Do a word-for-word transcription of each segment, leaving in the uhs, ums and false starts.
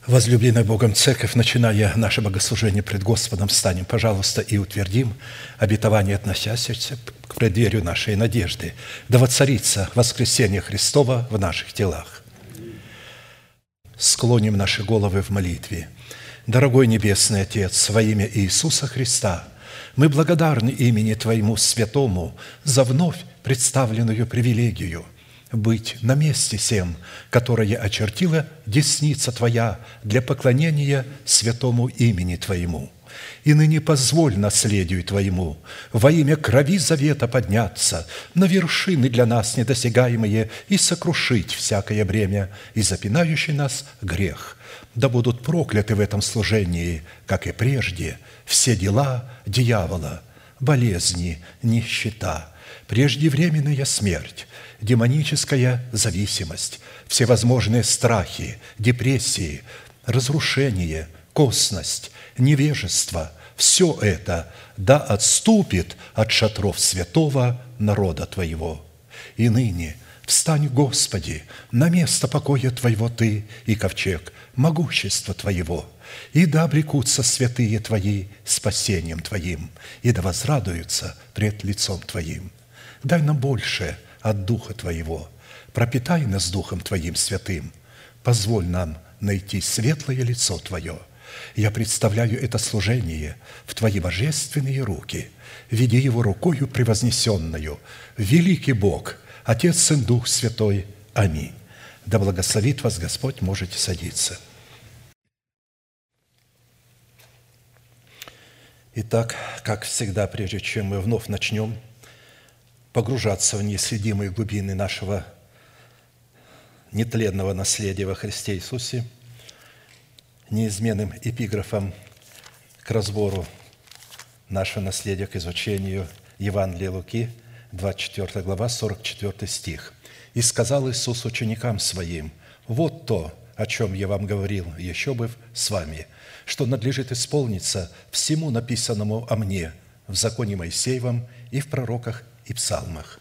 Возлюбленная Богом Церковь, начиная наше богослужение пред Господом, встанем, пожалуйста, и утвердим обетование, относящееся к преддверию нашей надежды, да воцарится воскресение Христова в наших телах. Склоним наши головы в молитве. Дорогой Небесный Отец, во имя Иисуса Христа, мы благодарны имени Твоему Святому за вновь представленную привилегию быть на месте сем, которое очертила десница Твоя для поклонения святому имени Твоему. И ныне позволь наследию Твоему во имя крови завета подняться на вершины для нас недосягаемые и сокрушить всякое бремя и запинающий нас грех. Да будут прокляты в этом служении, как и прежде, все дела дьявола, болезни, нищета, преждевременная смерть, демоническая зависимость, всевозможные страхи, депрессии, разрушение, косность, невежество – все это да отступит от шатров святого народа Твоего. И ныне встань, Господи, на место покоя Твоего Ты и ковчег могущества Твоего, и да обрекутся святые Твои спасением Твоим, и да возрадуются пред лицом Твоим. Дай нам больше от Духа Твоего, пропитай нас Духом Твоим святым, позволь нам найти светлое лицо Твое. Я представляю это служение в Твои божественные руки, веди его рукою превознесенную, великий Бог, Отец, Сын, Дух Святой. Аминь. Да благословит вас Господь, можете садиться. Итак, как всегда, прежде чем мы вновь начнем погружаться в неисследимые глубины нашего нетленного наследия во Христе Иисусе, неизменным эпиграфом к разбору нашего наследия, к изучению Евангелия Луки, двадцать четвёртая глава, сорок четвёртый стих. «И сказал Иисус ученикам Своим: вот то, о чем я вам говорил, еще быв с вами, что надлежит исполниться всему написанному о мне в законе Моисеевом и в пророках и псалмах».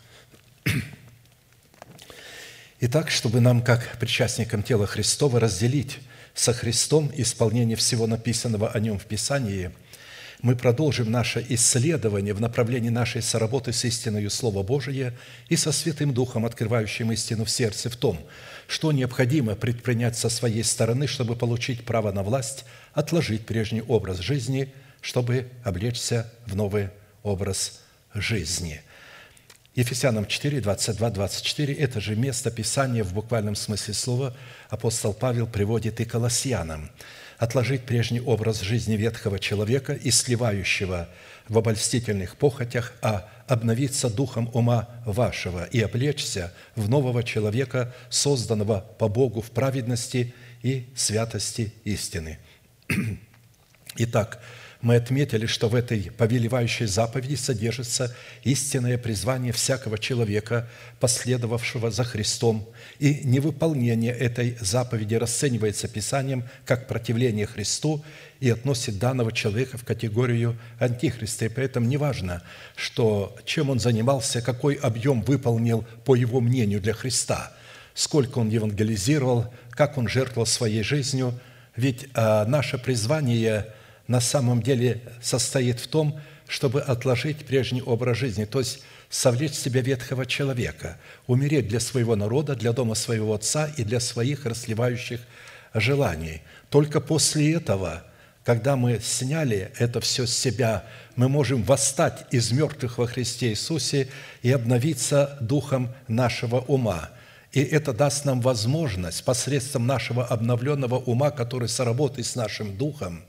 Итак, чтобы нам, как причастникам тела Христова, разделить со Христом исполнение всего написанного о Нем в Писании, мы продолжим наше исследование в направлении нашей соработы с истиною Слова Божия и со Святым Духом, открывающим истину в сердце, в том, что необходимо предпринять со своей стороны, чтобы получить право на власть, отложить прежний образ жизни, чтобы облечься в новый образ жизни. Ефесянам четыре, двадцать два, двадцать четыре – это же место Писания в буквальном смысле слова апостол Павел приводит и Колоссянам. «Отложить прежний образ жизни ветхого человека и сливающего в обольстительных похотях, а обновиться духом ума вашего и облечься в нового человека, созданного по Богу в праведности и святости истины». Итак, мы отметили, что в этой повелевающей заповеди содержится истинное призвание всякого человека, последовавшего за Христом, и невыполнение этой заповеди расценивается Писанием как противление Христу и относит данного человека в категорию антихриста. И поэтому неважно, что, чем он занимался, какой объем выполнил, по его мнению, для Христа, сколько он евангелизировал, как он жертвовал своей жизнью, ведь а, наше призвание – на самом деле состоит в том, чтобы отложить прежний образ жизни, то есть совлечь в себя ветхого человека, умереть для своего народа, для дома своего отца и для своих расливающих желаний. Только после этого, когда мы сняли это все с себя, мы можем восстать из мертвых во Христе Иисусе и обновиться духом нашего ума. И это даст нам возможность посредством нашего обновленного ума, который соработает с нашим духом,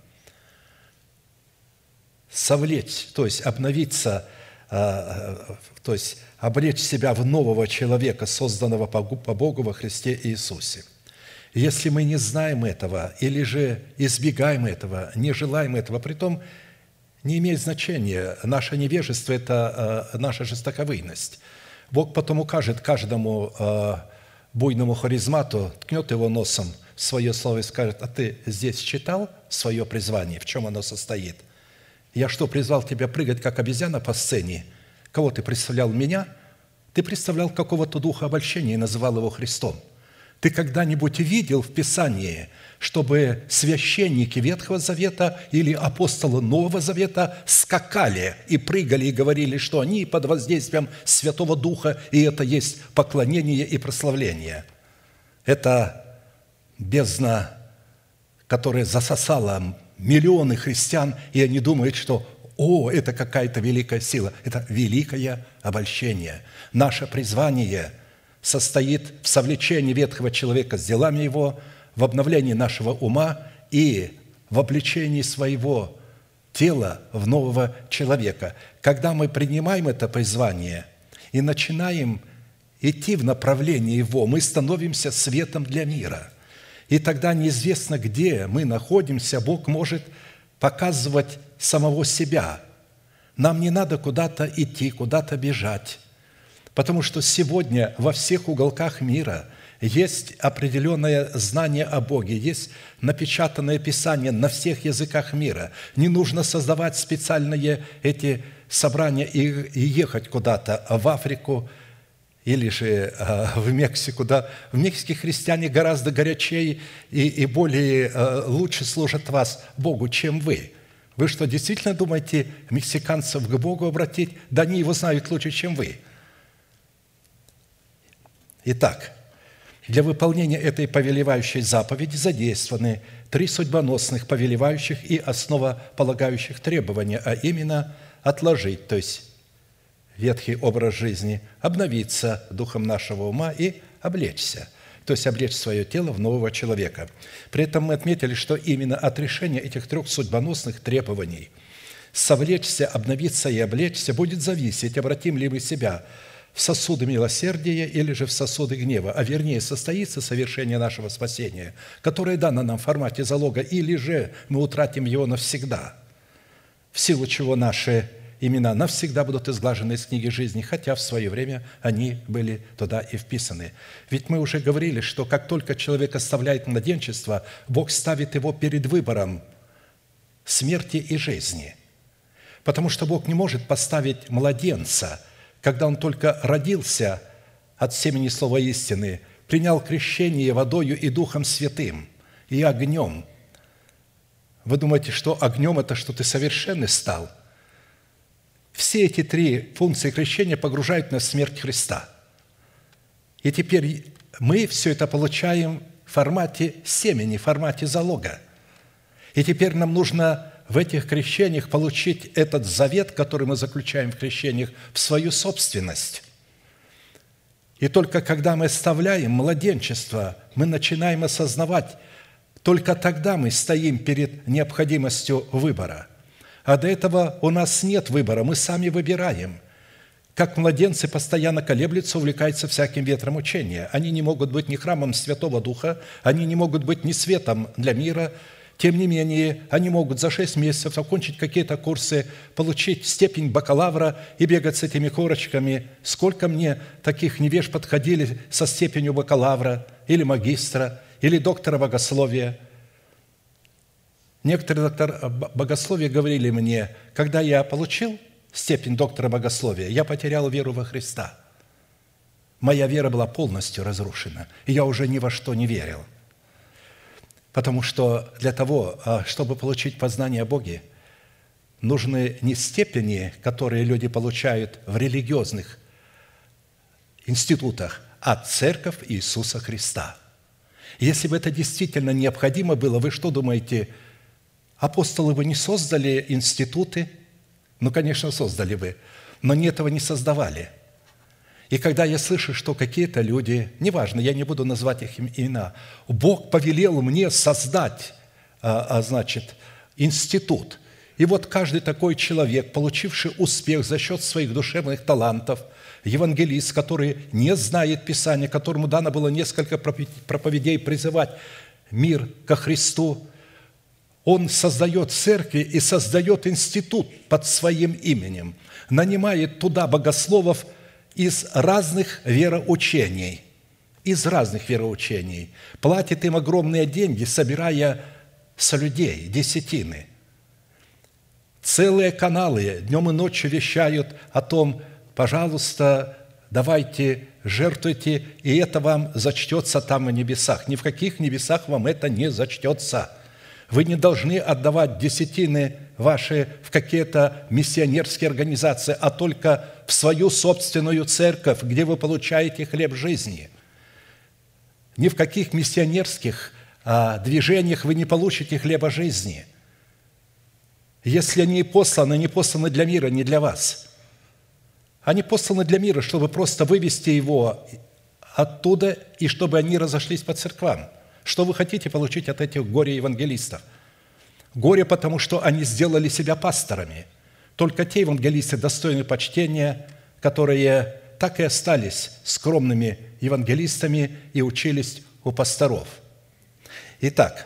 совлечь, то есть обновиться, то есть облечь себя в нового человека, созданного по Богу во Христе Иисусе. Если мы не знаем этого, или же избегаем этого, не желаем этого, притом не имеет значения, наше невежество – это наша жестоковыйность. Бог потом укажет каждому буйному харизмату, ткнет его носом в свое слово и скажет: а ты здесь читал свое призвание, в чем оно состоит? Я что, призвал тебя прыгать, как обезьяна по сцене? Кого ты представлял? Меня? Ты представлял какого-то духа обольщения и называл его Христом. Ты когда-нибудь видел в Писании, чтобы священники Ветхого Завета или апостолы Нового Завета скакали и прыгали и говорили, что они под воздействием Святого Духа, и это есть поклонение и прославление? Это бездна, которая засосала миллионы христиан, и они думают, что «О, это какая-то великая сила». Это великое обольщение. Наше призвание состоит в совлечении ветхого человека с делами его, в обновлении нашего ума и в облечении своего тела в нового человека. Когда мы принимаем это призвание и начинаем идти в направлении его, мы становимся светом для мира. И тогда неизвестно, где мы находимся, Бог может показывать самого себя. Нам не надо куда-то идти, куда-то бежать, потому что сегодня во всех уголках мира есть определенное знание о Боге, есть напечатанное Писание на всех языках мира. Не нужно создавать специальные эти собрания и, и ехать куда-то в Африку или же э, в Мексику. Да? В Мексике христиане гораздо горячее и, и более э, лучше служат вас, Богу, чем вы. Вы что, действительно думаете мексиканцев к Богу обратить? Да они его знают лучше, чем вы. Итак, для выполнения этой повелевающей заповеди задействованы три судьбоносных, повелевающих и основополагающих требования, а именно отложить, то есть ветхий образ жизни, обновиться духом нашего ума и облечься, то есть облечь свое тело в нового человека. При этом мы отметили, что именно от решения этих трех судьбоносных требований совлечься, обновиться и облечься будет зависеть, обратим ли мы себя в сосуды милосердия или же в сосуды гнева, а вернее состоится совершение нашего спасения, которое дано нам в формате залога, или же мы утратим его навсегда, в силу чего наши имена навсегда будут изглажены из книги жизни, хотя в свое время они были туда и вписаны. Ведь мы уже говорили, что как только человек оставляет младенчество, Бог ставит его перед выбором смерти и жизни, потому что Бог не может поставить младенца, когда он только родился от семени слова истины, принял крещение водою и Духом Святым, и огнем. Вы думаете, что огнем – это что ты совершенный стал? Все эти три функции крещения погружают нас в смерть Христа. И теперь мы все это получаем в формате семени, в формате залога. И теперь нам нужно в этих крещениях получить этот завет, который мы заключаем в крещениях, в свою собственность. И только когда мы оставляем младенчество, мы начинаем осознавать, только тогда мы стоим перед необходимостью выбора. А до этого у нас нет выбора, мы сами выбираем. Как младенцы постоянно колеблются, увлекаются всяким ветром учения. Они не могут быть ни храмом Святого Духа, они не могут быть ни светом для мира. Тем не менее, они могут за шесть месяцев окончить какие-то курсы, получить степень бакалавра и бегать с этими корочками. Сколько мне таких невеж подходили со степенью бакалавра или магистра, или доктора богословия. Некоторые доктора богословия говорили мне, когда я получил степень доктора богословия, я потерял веру во Христа. Моя вера была полностью разрушена, и я уже ни во что не верил. Потому что для того, чтобы получить познание о Боге, нужны не степени, которые люди получают в религиозных институтах, а церковь Иисуса Христа. Если бы это действительно необходимо было, вы что думаете, апостолы бы не создали институты? Ну, конечно, создали бы, но они этого не создавали. И когда я слышу, что какие-то люди, неважно, я не буду назвать их имена, Бог повелел мне создать, а, а, значит, институт. И вот каждый такой человек, получивший успех за счет своих душевных талантов, евангелист, который не знает Писания, которому дано было несколько проповедей призывать мир ко Христу, он создает церкви и создает институт под своим именем, нанимает туда богословов из разных вероучений, из разных вероучений, платит им огромные деньги, собирая со людей десятины. Целые каналы днем и ночью вещают о том, пожалуйста, давайте, жертвуйте, и это вам зачтется там на небесах. Ни в каких небесах вам это не зачтется. Вы не должны отдавать десятины ваши в какие-то миссионерские организации, а только в свою собственную церковь, где вы получаете хлеб жизни. Ни в каких миссионерских а, движениях вы не получите хлеба жизни, если они посланы, не посланы для мира, не для вас. Они посланы для мира, чтобы просто вывести его оттуда, и чтобы они разошлись по церквам. Что вы хотите получить от этих горе-евангелистов? Горе, потому что они сделали себя пасторами. Только те евангелисты достойны почтения, которые так и остались скромными евангелистами и учились у пасторов. Итак,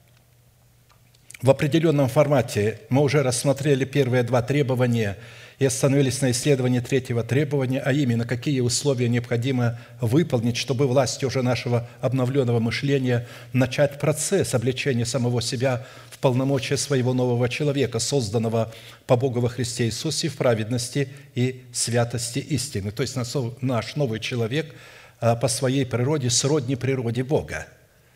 в определенном формате мы уже рассмотрели первые два требования и остановились на исследовании третьего требования, а именно, какие условия необходимо выполнить, чтобы властью уже нашего обновленного мышления начать процесс облечения самого себя в полномочия своего нового человека, созданного по Богу во Христе Иисусе в праведности и святости истины. То есть наш новый человек по своей природе сродни природе Бога.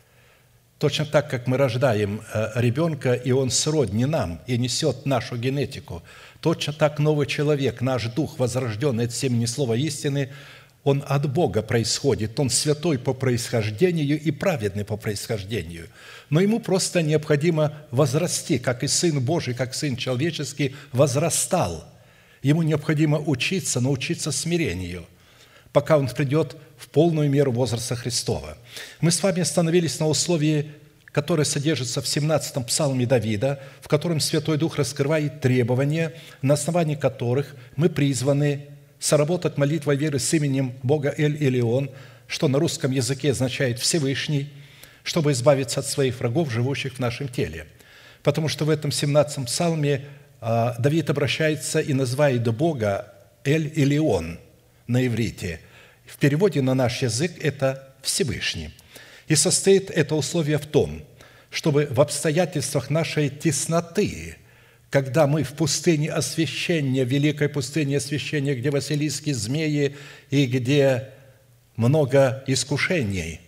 Точно так, как мы рождаем ребенка, и он сродни нам и несет нашу генетику, точно так новый человек, наш дух, возрожденный от семени слова истины, он от Бога происходит, он святой по происхождению и праведный по происхождению. Но ему просто необходимо возрасти, как и Сын Божий, как Сын человеческий возрастал. Ему необходимо учиться, научиться смирению, пока он придет в полную меру возраста Христова. Мы с вами остановились на условии, которое содержится в семнадцатом псалме Давида, в котором Святой Дух раскрывает требования, на основании которых мы призваны соработать молитвой веры с именем Бога Эль-Элион, что на русском языке означает «Всевышний», чтобы избавиться от своих врагов, живущих в нашем теле. Потому что в этом семнадцатом псалме Давид обращается и называет Бога Эль-Элион на иврите. В переводе на наш язык это «Всевышний». И состоит это условие в том, чтобы в обстоятельствах нашей тесноты, когда мы в пустыне освящения, великой пустыне освящения, где василиски, змеи и где много искушений,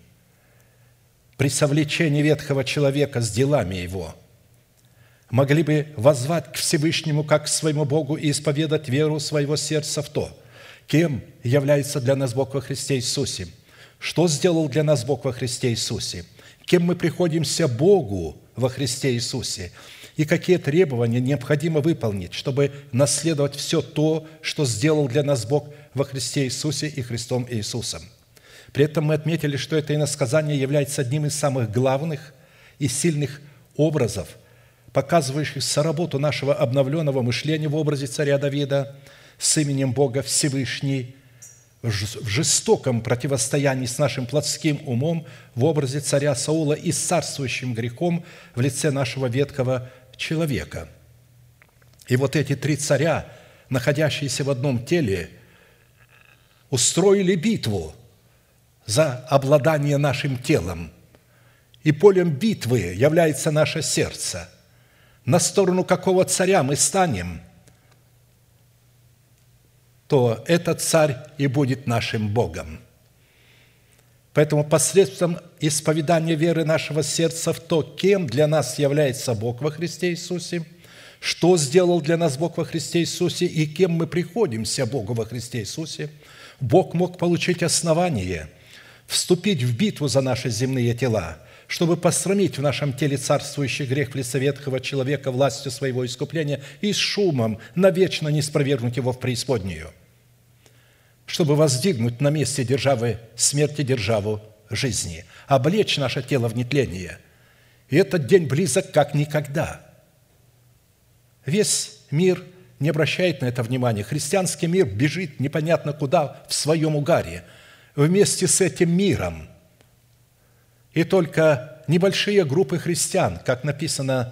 при совлечении ветхого человека с делами его, могли бы воззвать к Всевышнему как к своему Богу и исповедать веру своего сердца в то, кем является для нас Бог во Христе Иисусе, что сделал для нас Бог во Христе Иисусе, кем мы приходимся Богу во Христе Иисусе, и какие требования необходимо выполнить, чтобы наследовать все то, что сделал для нас Бог во Христе Иисусе и Христом Иисусом. При этом мы отметили, что это иносказание является одним из самых главных и сильных образов, показывающих соработу нашего обновленного мышления в образе царя Давида с именем Бога Всевышний, в жестоком противостоянии с нашим плотским умом в образе царя Саула и с царствующим грехом в лице нашего ветхого человека. И вот эти три царя, находящиеся в одном теле, устроили битву за обладание нашим телом. И полем битвы является наше сердце. На сторону какого царя мы станем, то этот царь и будет нашим Богом. Поэтому посредством исповедания веры нашего сердца в то, кем для нас является Бог во Христе Иисусе, что сделал для нас Бог во Христе Иисусе и кем мы приходимся Богу во Христе Иисусе, Бог мог получить основание вступить в битву за наши земные тела, чтобы посрамить в нашем теле царствующий грех в лице ветхого человека властью своего искупления и с шумом навечно не спровергнуть его в преисподнюю, чтобы воздвигнуть на месте державы смерти державу жизни, облечь наше тело в нетление. И этот день близок как никогда. Весь мир не обращает на это внимания. Христианский мир бежит непонятно куда в своем угаре вместе с этим миром. И только небольшие группы христиан, как написано,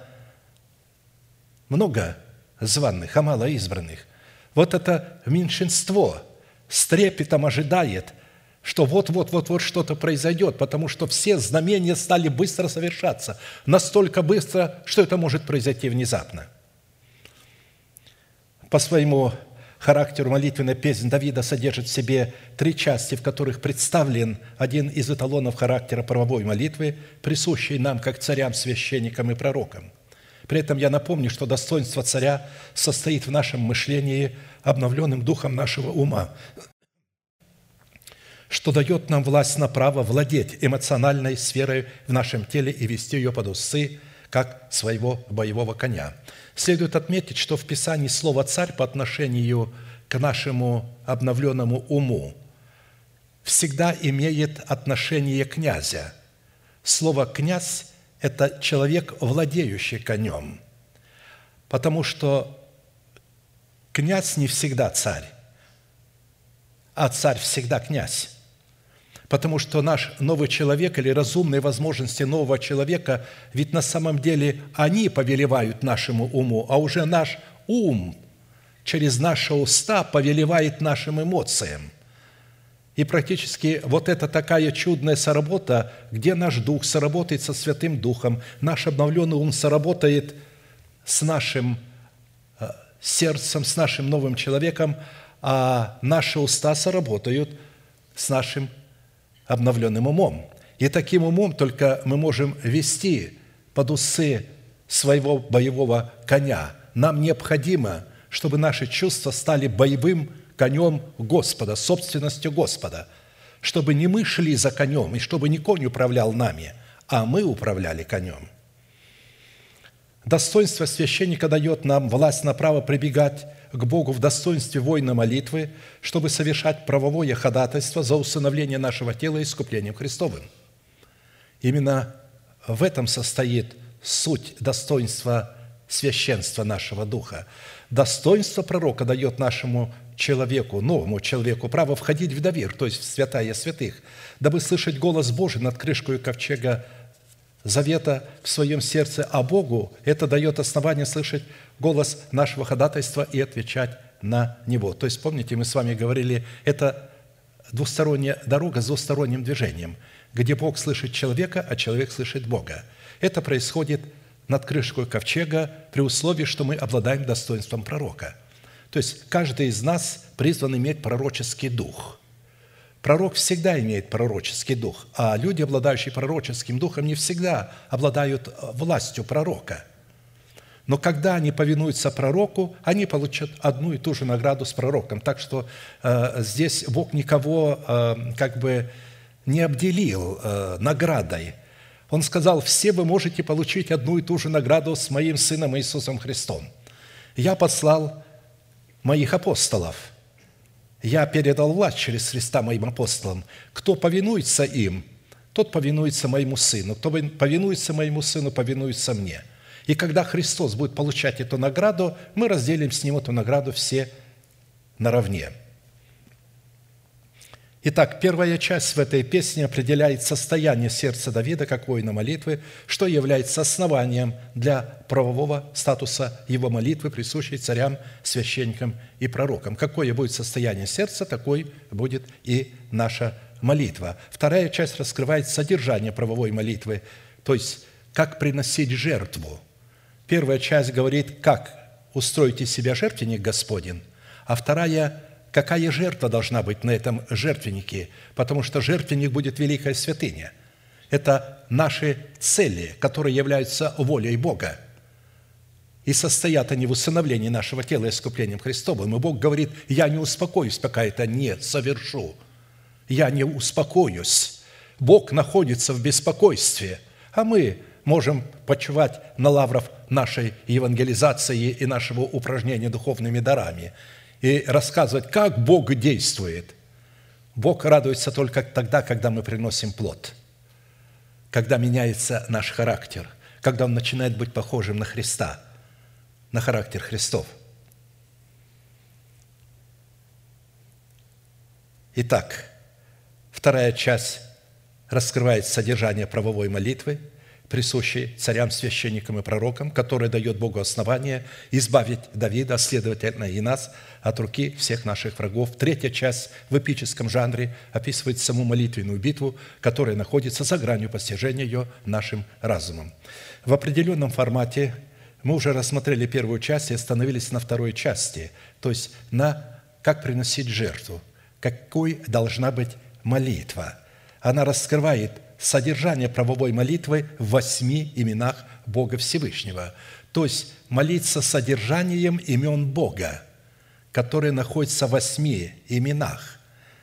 много званых, а мало избранных. Вот это меньшинство с трепетом ожидает, что вот-вот-вот-вот что-то произойдет, потому что все знамения стали быстро совершаться, настолько быстро, что это может произойти внезапно. По своему характеру молитвенной песни Давида содержит в себе три части, в которых представлен один из эталонов характера правовой молитвы, присущий нам, как царям, священникам и пророкам. При этом я напомню, что достоинство царя состоит в нашем мышлении, обновленным духом нашего ума, что дает нам власть на право владеть эмоциональной сферой в нашем теле и вести ее под усы, как своего боевого коня. Следует отметить, что в Писании слово «царь» по отношению к нашему обновленному уму всегда имеет отношение князя. Слово «князь» – это человек, владеющий конем, потому что князь не всегда царь, а царь всегда князь. Потому что наш новый человек или разумные возможности нового человека, ведь на самом деле они повелевают нашему уму, а уже наш ум через наши уста повелевает нашим эмоциям. И практически вот это такая чудная соработа, где наш дух соработает со Святым Духом, наш обновленный ум соработает с нашим сердцем, с нашим новым человеком, а наши уста соработают с нашим обновленным умом. И таким умом только мы можем вести под усы своего боевого коня. Нам необходимо, чтобы наши чувства стали боевым конем Господа, собственностью Господа, чтобы не мы шли за конем, и чтобы не конь управлял нами, а мы управляли конем. Достоинство священника дает нам власть на право прибегать к Богу в достоинстве воина молитвы, чтобы совершать правовое ходатайство за усыновление нашего тела искуплением Христовым. Именно в этом состоит суть достоинства священства нашего духа. Достоинство пророка дает нашему человеку, новому человеку, право входить в довир, то есть в святая святых, дабы слышать голос Божий над крышкой ковчега завета в своем сердце, а Богу это дает основание слышать голос нашего ходатайства и отвечать на него. То есть, помните, мы с вами говорили, это двусторонняя дорога с двусторонним движением, где Бог слышит человека, а человек слышит Бога. Это происходит над крышкой ковчега при условии, что мы обладаем достоинством пророка. То есть, каждый из нас призван иметь пророческий дух. Пророк всегда имеет пророческий дух, а люди, обладающие пророческим духом, не всегда обладают властью пророка. Но когда они повинуются пророку, они получат одну и ту же награду с пророком. Так что э, здесь Бог никого э, как бы не обделил э, наградой. Он сказал: все вы можете получить одну и ту же награду с моим Сыном Иисусом Христом. Я послал моих апостолов. Я передал власть через Христа моим апостолам. Кто повинуется им, тот повинуется моему Сыну. Кто повинуется моему Сыну, повинуется мне. И когда Христос будет получать эту награду, мы разделим с Ним эту награду все наравне. Итак, первая часть в этой песне определяет состояние сердца Давида как воина молитвы, что является основанием для правового статуса его молитвы, присущей царям, священникам и пророкам. Какое будет состояние сердца, такой будет и наша молитва. Вторая часть раскрывает содержание правовой молитвы, то есть как приносить жертву. Первая часть говорит, как устроить из себя жертвенник Господень, а вторая – какая жертва должна быть на этом жертвеннике, потому что жертвенник будет великая святыня. Это наши цели, которые являются волей Бога. И состоят они в усыновлении нашего тела искуплением Христовым. И Бог говорит: я не успокоюсь, пока это не совершу. Я не успокоюсь. Бог находится в беспокойстве, а мы можем почивать на лаврах нашей евангелизации и нашего упражнения духовными дарами и рассказывать, как Бог действует. Бог радуется только тогда, когда мы приносим плод, когда меняется наш характер, когда он начинает быть похожим на Христа, на характер Христов. Итак, вторая часть раскрывает содержание правовой молитвы, присущей царям, священникам и пророкам, которая дает Богу основание избавить Давида, а следовательно и нас, от руки всех наших врагов. Третья часть в эпическом жанре описывает саму молитвенную битву, которая находится за гранью постижения ее нашим разумом. В определенном формате мы уже рассмотрели первую часть и остановились на второй части, то есть на как приносить жертву, какой должна быть молитва. Она раскрывает содержание правовой молитвы в восьми именах Бога Всевышнего, то есть молиться содержанием имен Бога, которые находятся в восьми именах.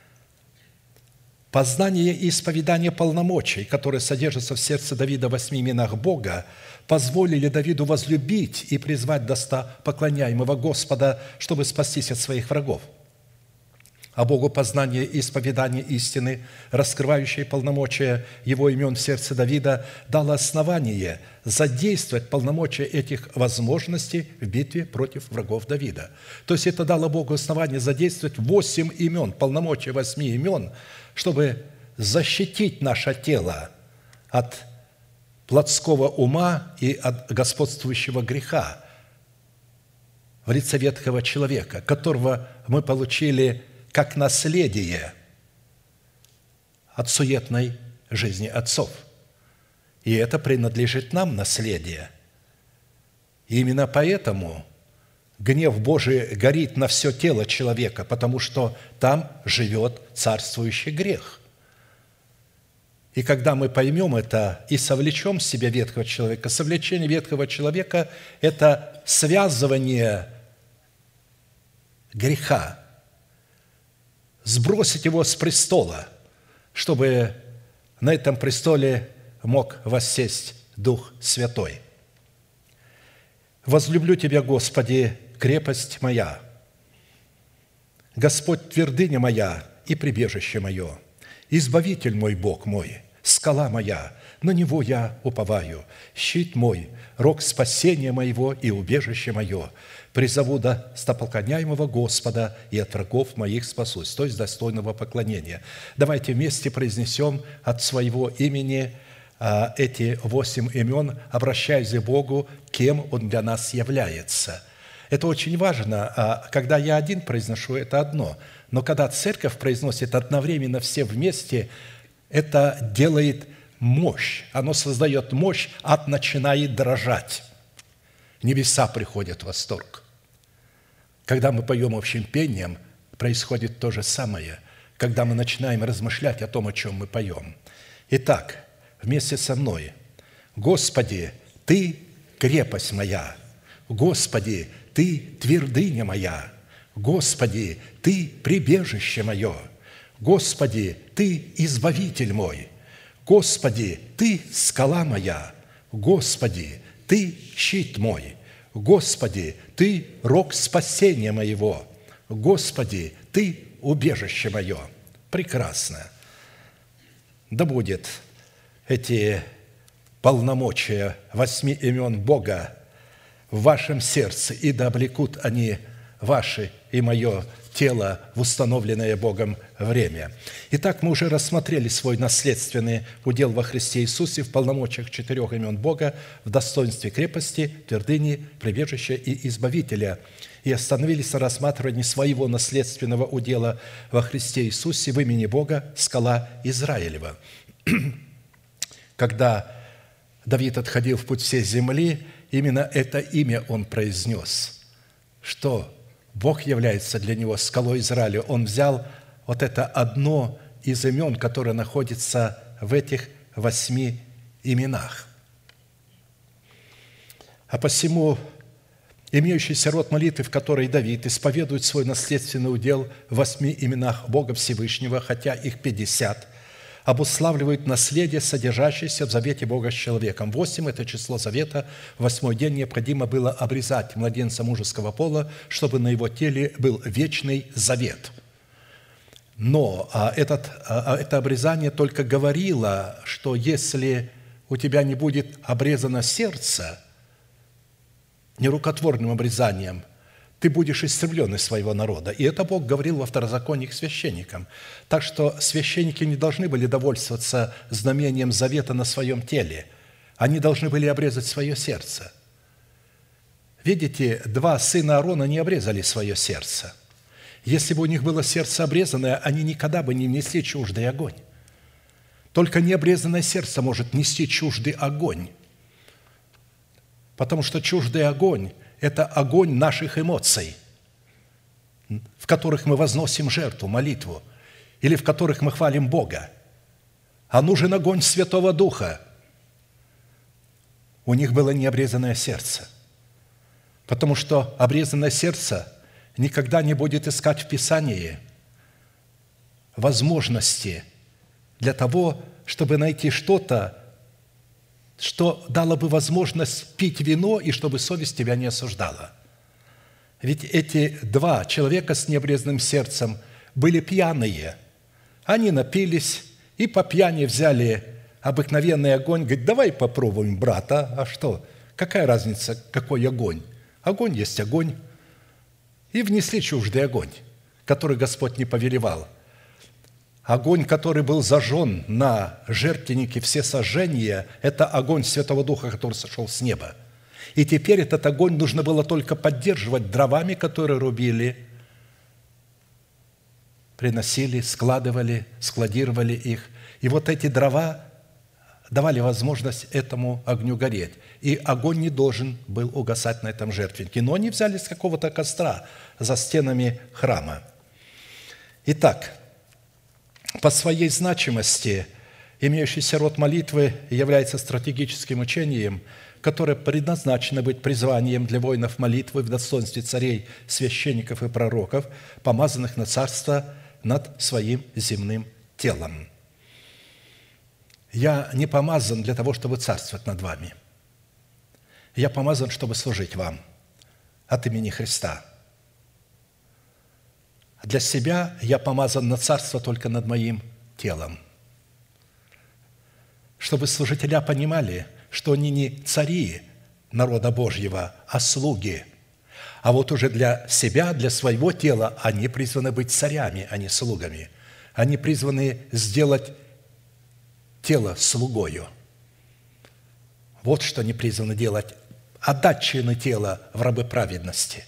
Познание и исповедание полномочий, которые содержатся в сердце Давида в восьми именах Бога, позволили Давиду возлюбить и призвать достопоклоняемого Господа, чтобы спастись от своих врагов. А Богу познание и исповедание истины, раскрывающие полномочия Его имен в сердце Давида, дало основание задействовать полномочия этих возможностей в битве против врагов Давида. То есть это дало Богу основание задействовать восемь имен, полномочия восьми имен, чтобы защитить наше тело от плотского ума и от господствующего греха в лице ветхого человека, которого мы получили как наследие от суетной жизни отцов. И это принадлежит нам, наследие. И именно поэтому гнев Божий горит на все тело человека, потому что там живет царствующий грех. И когда мы поймем это и совлечем в себя ветхого человека, совлечение ветхого человека – это связывание греха, сбросить его с престола, чтобы на этом престоле мог воссесть Дух Святой. «Возлюблю Тебя, Господи, крепость моя, Господь, твердыня моя и прибежище мое, Избавитель мой, Бог мой, скала моя, на Него я уповаю, щит мой, рог спасения моего и убежище мое, призову достопоклоняемого Господа и от врагов моих спасусь», то есть достойного поклонения. Давайте вместе произнесем от своего имени эти восемь имен, обращаясь к Богу, кем Он для нас является. Это очень важно. Когда я один произношу, это одно. Но когда церковь произносит одновременно все вместе, это делает мощь. Оно создает мощь, ад начинает дрожать. Небеса приходят в восторг. Когда мы поем общим пением, происходит то же самое, когда мы начинаем размышлять о том, о чем мы поем. Итак, вместе со мной: «Господи, Ты крепость моя, Господи, Ты твердыня моя, Господи, Ты прибежище мое, Господи, Ты избавитель мой, Господи, Ты скала моя, Господи, Ты щит мой, Господи, Ты рог спасения моего, Господи, Ты убежище мое». Прекрасно. Да будет эти полномочия восьми имен Бога в вашем сердце, и да облекут они ваше и мое тело в установленное Богом время. Итак, мы уже рассмотрели свой наследственный удел во Христе Иисусе в полномочиях четырех имен Бога, в достоинстве крепости, твердыни, прибежища и избавителя, и остановились на рассматривании своего наследственного удела во Христе Иисусе в имени Бога, скала Израилева. Когда Давид отходил в путь всей земли, именно это имя он произнес, что Бог является для него скалой Израиля. Он взял вот это одно из имен, которое находится в этих восьми именах. А посему имеющийся род молитвы, в которой Давид исповедует свой наследственный удел в восьми именах Бога Всевышнего, хотя их пятьдесят, обуславливают наследие, содержащееся в завете Бога с человеком. Восемь – это число завета. В восьмой день необходимо было обрезать младенца мужеского пола, чтобы на его теле был вечный завет. Но а этот, а, это обрезание только говорило, что если у тебя не будет обрезано сердце нерукотворным обрезанием, ты будешь истреблен из своего народа. И это Бог говорил во Второзаконии к священникам. Так что священники не должны были довольствоваться знамением завета на своем теле. Они должны были обрезать свое сердце. Видите, два сына Аарона не обрезали свое сердце. Если бы у них было сердце обрезанное, они никогда бы не несли чуждый огонь. Только необрезанное сердце может нести чуждый огонь. Потому что чуждый огонь – это огонь наших эмоций, в которых мы возносим жертву, молитву, или в которых мы хвалим Бога. А нужен огонь Святого Духа. У них было необрезанное сердце, потому что обрезанное сердце никогда не будет искать в Писании возможности для того, чтобы найти что-то, что дало бы возможность пить вино и чтобы совесть тебя не осуждала. Ведь эти два человека с необрезанным сердцем были пьяные. Они напились и по пьяни взяли обыкновенный огонь. Говорит, давай попробуем, брат, а, а что? Какая разница, какой огонь? Огонь есть огонь. И внесли чуждый огонь, который Господь не повелевал. Огонь, который был зажжен на жертвеннике всесожжения, это огонь Святого Духа, который сошел с неба. И теперь этот огонь нужно было только поддерживать дровами, которые рубили, приносили, складывали, складировали их. И вот эти дрова давали возможность этому огню гореть. И огонь не должен был угасать на этом жертвеннике. Но они взяли с какого-то костра за стенами храма. Итак, по своей значимости имеющийся род молитвы является стратегическим учением, которое предназначено быть призванием для воинов молитвы в достоинстве царей, священников и пророков, помазанных на царство над своим земным телом. Я не помазан для того, чтобы царствовать над вами. Я помазан, чтобы служить вам от имени Христа. Для себя я помазан на царство только над моим телом. Чтобы служителя понимали, что они не цари народа Божьего, а слуги. А вот уже для себя, для своего тела они призваны быть царями, а не слугами. Они призваны сделать тело слугою. Вот что они призваны делать. Отдать чины тела в рабы праведности.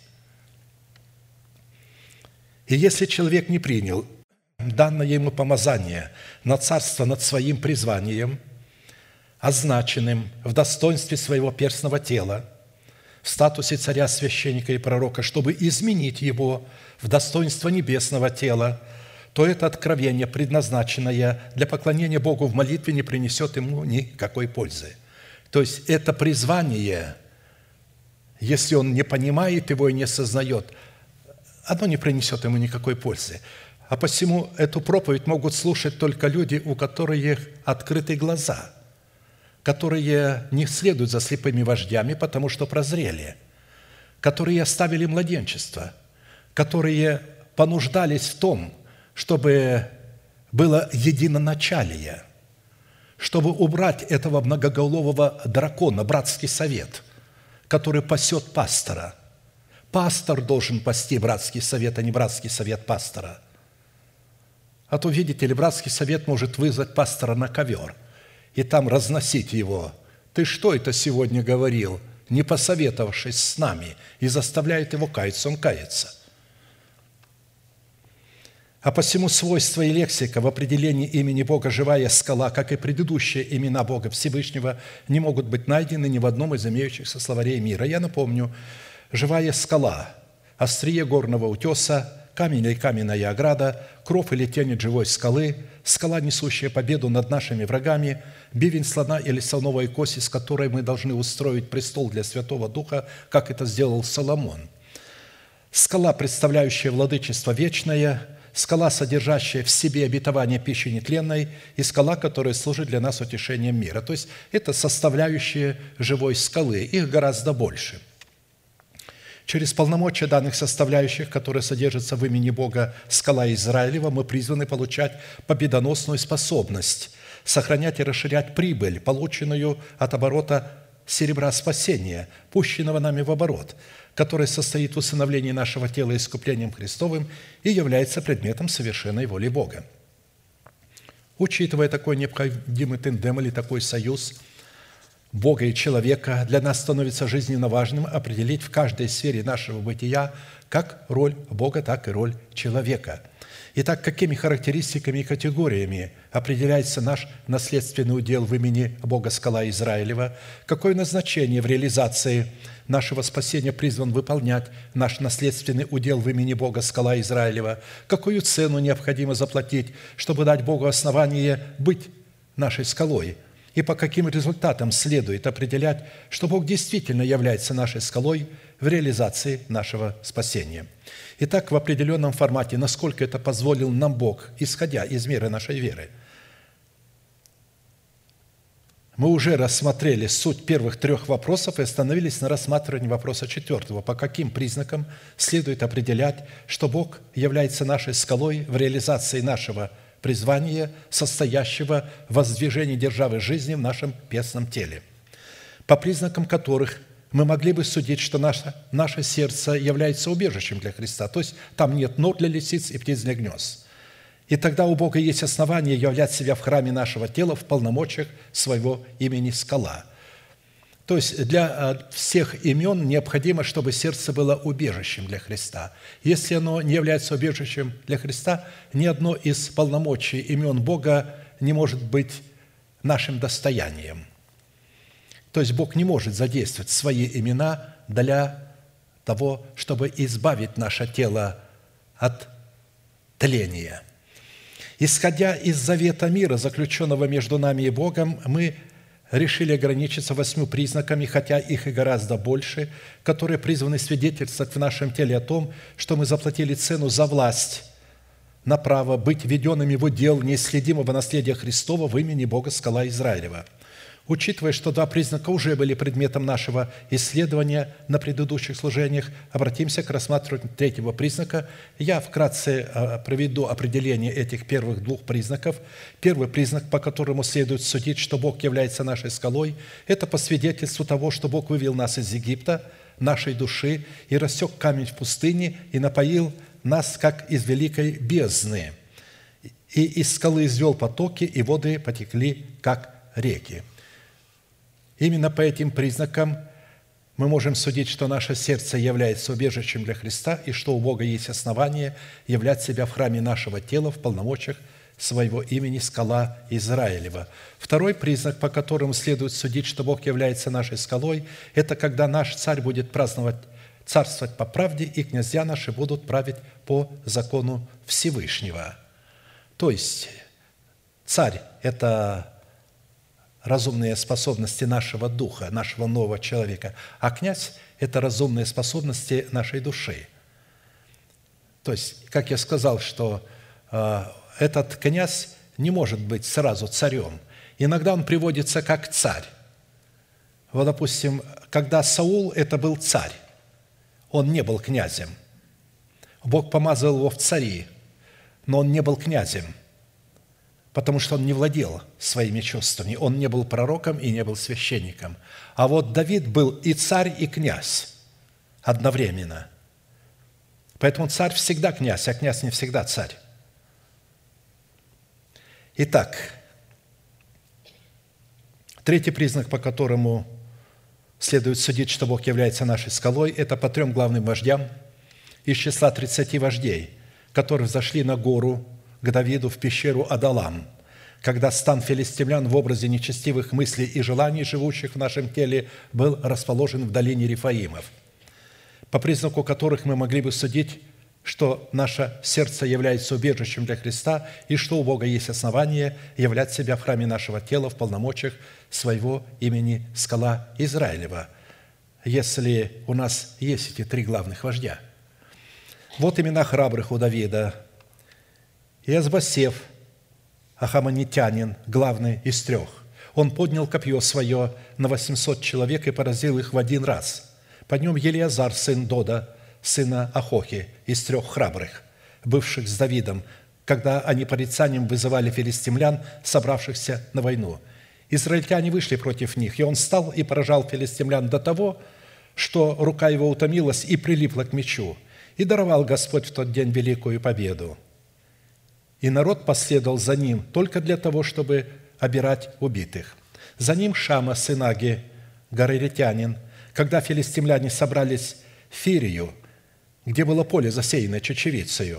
И если человек не принял данное ему помазание на царство над своим призванием, означенным в достоинстве своего перстного тела, в статусе царя, священника и пророка, чтобы изменить его в достоинство небесного тела, то это откровение, предназначенное для поклонения Богу в молитве, не принесет ему никакой пользы. То есть это призвание, если он не понимает его и не осознает, оно не принесет ему никакой пользы. А посему эту проповедь могут слушать только люди, у которых открыты глаза, которые не следуют за слепыми вождями, потому что прозрели, которые оставили младенчество, которые понуждались в том, чтобы было единоначалие, чтобы убрать этого многоголового дракона, братский совет, который пасет пастора. Пастор должен пасти братский совет, а не братский совет пастора. А то, видите ли, братский совет может вызвать пастора на ковер и там разносить его. «Ты что это сегодня говорил, не посоветовавшись с нами?» И заставляет его каяться, он кается. А посему свойства и лексика в определении имени Бога «живая скала», как и предыдущие имена Бога Всевышнего, не могут быть найдены ни в одном из имеющихся словарей мира. Я напомню, живая скала, острие горного утеса, камень или каменная ограда, кров или тень от живой скалы, скала, несущая победу над нашими врагами, бивень слона или слоновой кости, с которой мы должны устроить престол для Святого Духа, как это сделал Соломон. Скала, представляющая владычество вечное, скала, содержащая в себе обетование пищи нетленной, и скала, которая служит для нас утешением мира. То есть это составляющие живой скалы, их гораздо больше. Через полномочия данных составляющих, которые содержатся в имени Бога скала Израилева, мы призваны получать победоносную способность сохранять и расширять прибыль, полученную от оборота серебра спасения, пущенного нами в оборот, который состоит в усыновлении нашего тела искуплением Христовым и является предметом совершенной воли Бога. Учитывая такой необходимый тандем или такой союз Бога и человека, для нас становится жизненно важным определить в каждой сфере нашего бытия как роль Бога, так и роль человека. Итак, какими характеристиками и категориями определяется наш наследственный удел в имени Бога Скала Израилева? Какое назначение в реализации нашего спасения призван выполнять наш наследственный удел в имени Бога Скала Израилева? Какую цену необходимо заплатить, чтобы дать Богу основание быть нашей скалой? И по каким результатам следует определять, что Бог действительно является нашей скалой в реализации нашего спасения? Итак, в определенном формате, насколько это позволил нам Бог, исходя из меры нашей веры. Мы уже рассмотрели суть первых трех вопросов и остановились на рассматривании вопроса четвертого. По каким признакам следует определять, что Бог является нашей скалой в реализации нашего призвания, состоящего в воздвижении державы жизни в нашем песном теле, по признакам которых мы могли бы судить, что наше, наше сердце является убежищем для Христа, то есть там нет нор для лисиц и птиц для гнезд. И тогда у Бога есть основание являть себя в храме нашего тела в полномочиях своего имени скала. То есть для всех имен необходимо, чтобы сердце было убежищем для Христа. Если оно не является убежищем для Христа, ни одно из полномочий имен Бога не может быть нашим достоянием. То есть Бог не может задействовать свои имена для того, чтобы избавить наше тело от тления. Исходя из завета мира, заключенного между нами и Богом, мы решили ограничиться восьмью признаками, хотя их и гораздо больше, которые призваны свидетельствовать в нашем теле о том, что мы заплатили цену за власть на право быть введенными в удел неисследимого наследия Христова в имени Бога Скала Израилева. Учитывая, что два признака уже были предметом нашего исследования на предыдущих служениях, обратимся к рассматриванию третьего признака. Я вкратце проведу определение этих первых двух признаков. Первый признак, по которому следует судить, что Бог является нашей скалой, это по свидетельству того, что Бог вывел нас из Египта, нашей души, и рассек камень в пустыне, и напоил нас, как из великой бездны, и из скалы извел потоки, и воды потекли, как реки. Именно по этим признакам мы можем судить, что наше сердце является убежищем для Христа и что у Бога есть основание являть себя в храме нашего тела в полномочиях своего имени Скала Израилева. Второй признак, по которому следует судить, что Бог является нашей скалой, это когда наш царь будет праздновать, царствовать по правде, и князья наши будут править по закону Всевышнего. То есть царь – это разумные способности нашего духа, нашего нового человека, а князь – это разумные способности нашей души. То есть, как я сказал, что э, этот князь не может быть сразу царем. Иногда он приводится как царь. Вот, допустим, когда Саул – это был царь, он не был князем. Бог помазал его в цари, но он не был князем, потому что он не владел своими чувствами. Он не был пророком и не был священником. А вот Давид был и царь, и князь одновременно. Поэтому царь всегда князь, а князь не всегда царь. Итак, третий признак, по которому следует судить, что Бог является нашей скалой, это по трем главным вождям из числа тридцати вождей, которые взошли на гору к Давиду в пещеру Адалам, когда стан филистимлян в образе нечестивых мыслей и желаний, живущих в нашем теле, был расположен в долине Рефаимов, по признаку которых мы могли бы судить, что наше сердце является убежищем для Христа и что у Бога есть основание являть себя в храме нашего тела в полномочиях своего имени Скала Израилева, если у нас есть эти три главных вождя. Вот имена храбрых у Давида. Иазбасев, ахаманитянин, главный из трех. Он поднял копье свое на восемьсот человек и поразил их в один раз. По нем Елиазар, сын Дода, сына Ахохи, из трех храбрых, бывших с Давидом, когда они порицанием вызывали филистимлян, собравшихся на войну. Израильтяне вышли против них, и он встал и поражал филистимлян до того, что рука его утомилась и прилипла к мечу. И даровал Господь в тот день великую победу. И народ последовал за ним только для того, чтобы обирать убитых. За ним Шама, сын Аги, гараретянин, когда филистимляне собрались в Фирию, где было поле, засеянное чечевицею,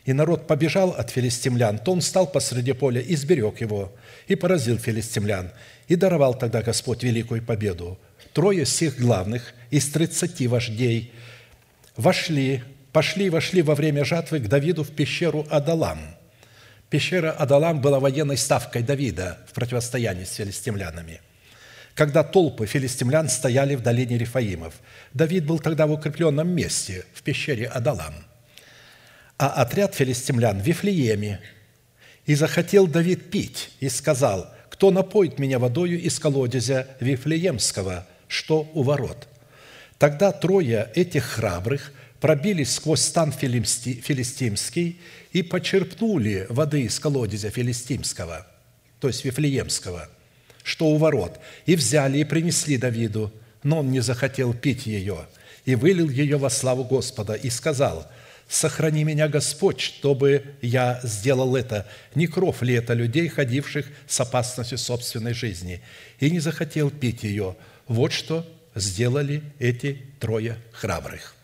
и народ побежал от филистимлян, то он стал посреди поля и сберег его, и поразил филистимлян, и даровал тогда Господь великую победу. Трое сих главных из тридцати вождей вошли, пошли и вошли во время жатвы к Давиду в пещеру Адалам. Пещера Адалам была военной ставкой Давида в противостоянии с филистимлянами, когда толпы филистимлян стояли в долине Рефаимов. Давид был тогда в укрепленном месте, в пещере Адалам, а отряд филистимлян в Вифлееме. И захотел Давид пить, и сказал: «Кто напоит меня водою из колодезя Вифлеемского, что у ворот?» Тогда трое этих храбрых пробились сквозь стан филистимский и почерпнули воды из колодезя филистимского, то есть Вифлеемского, что у ворот, и взяли и принесли Давиду, но он не захотел пить ее, и вылил ее во славу Господа, и сказал: «Сохрани меня, Господь, чтобы я сделал это. Не кров ли это людей, ходивших с опасностью собственной жизни?» И не захотел пить ее. Вот что сделали эти трое храбрых.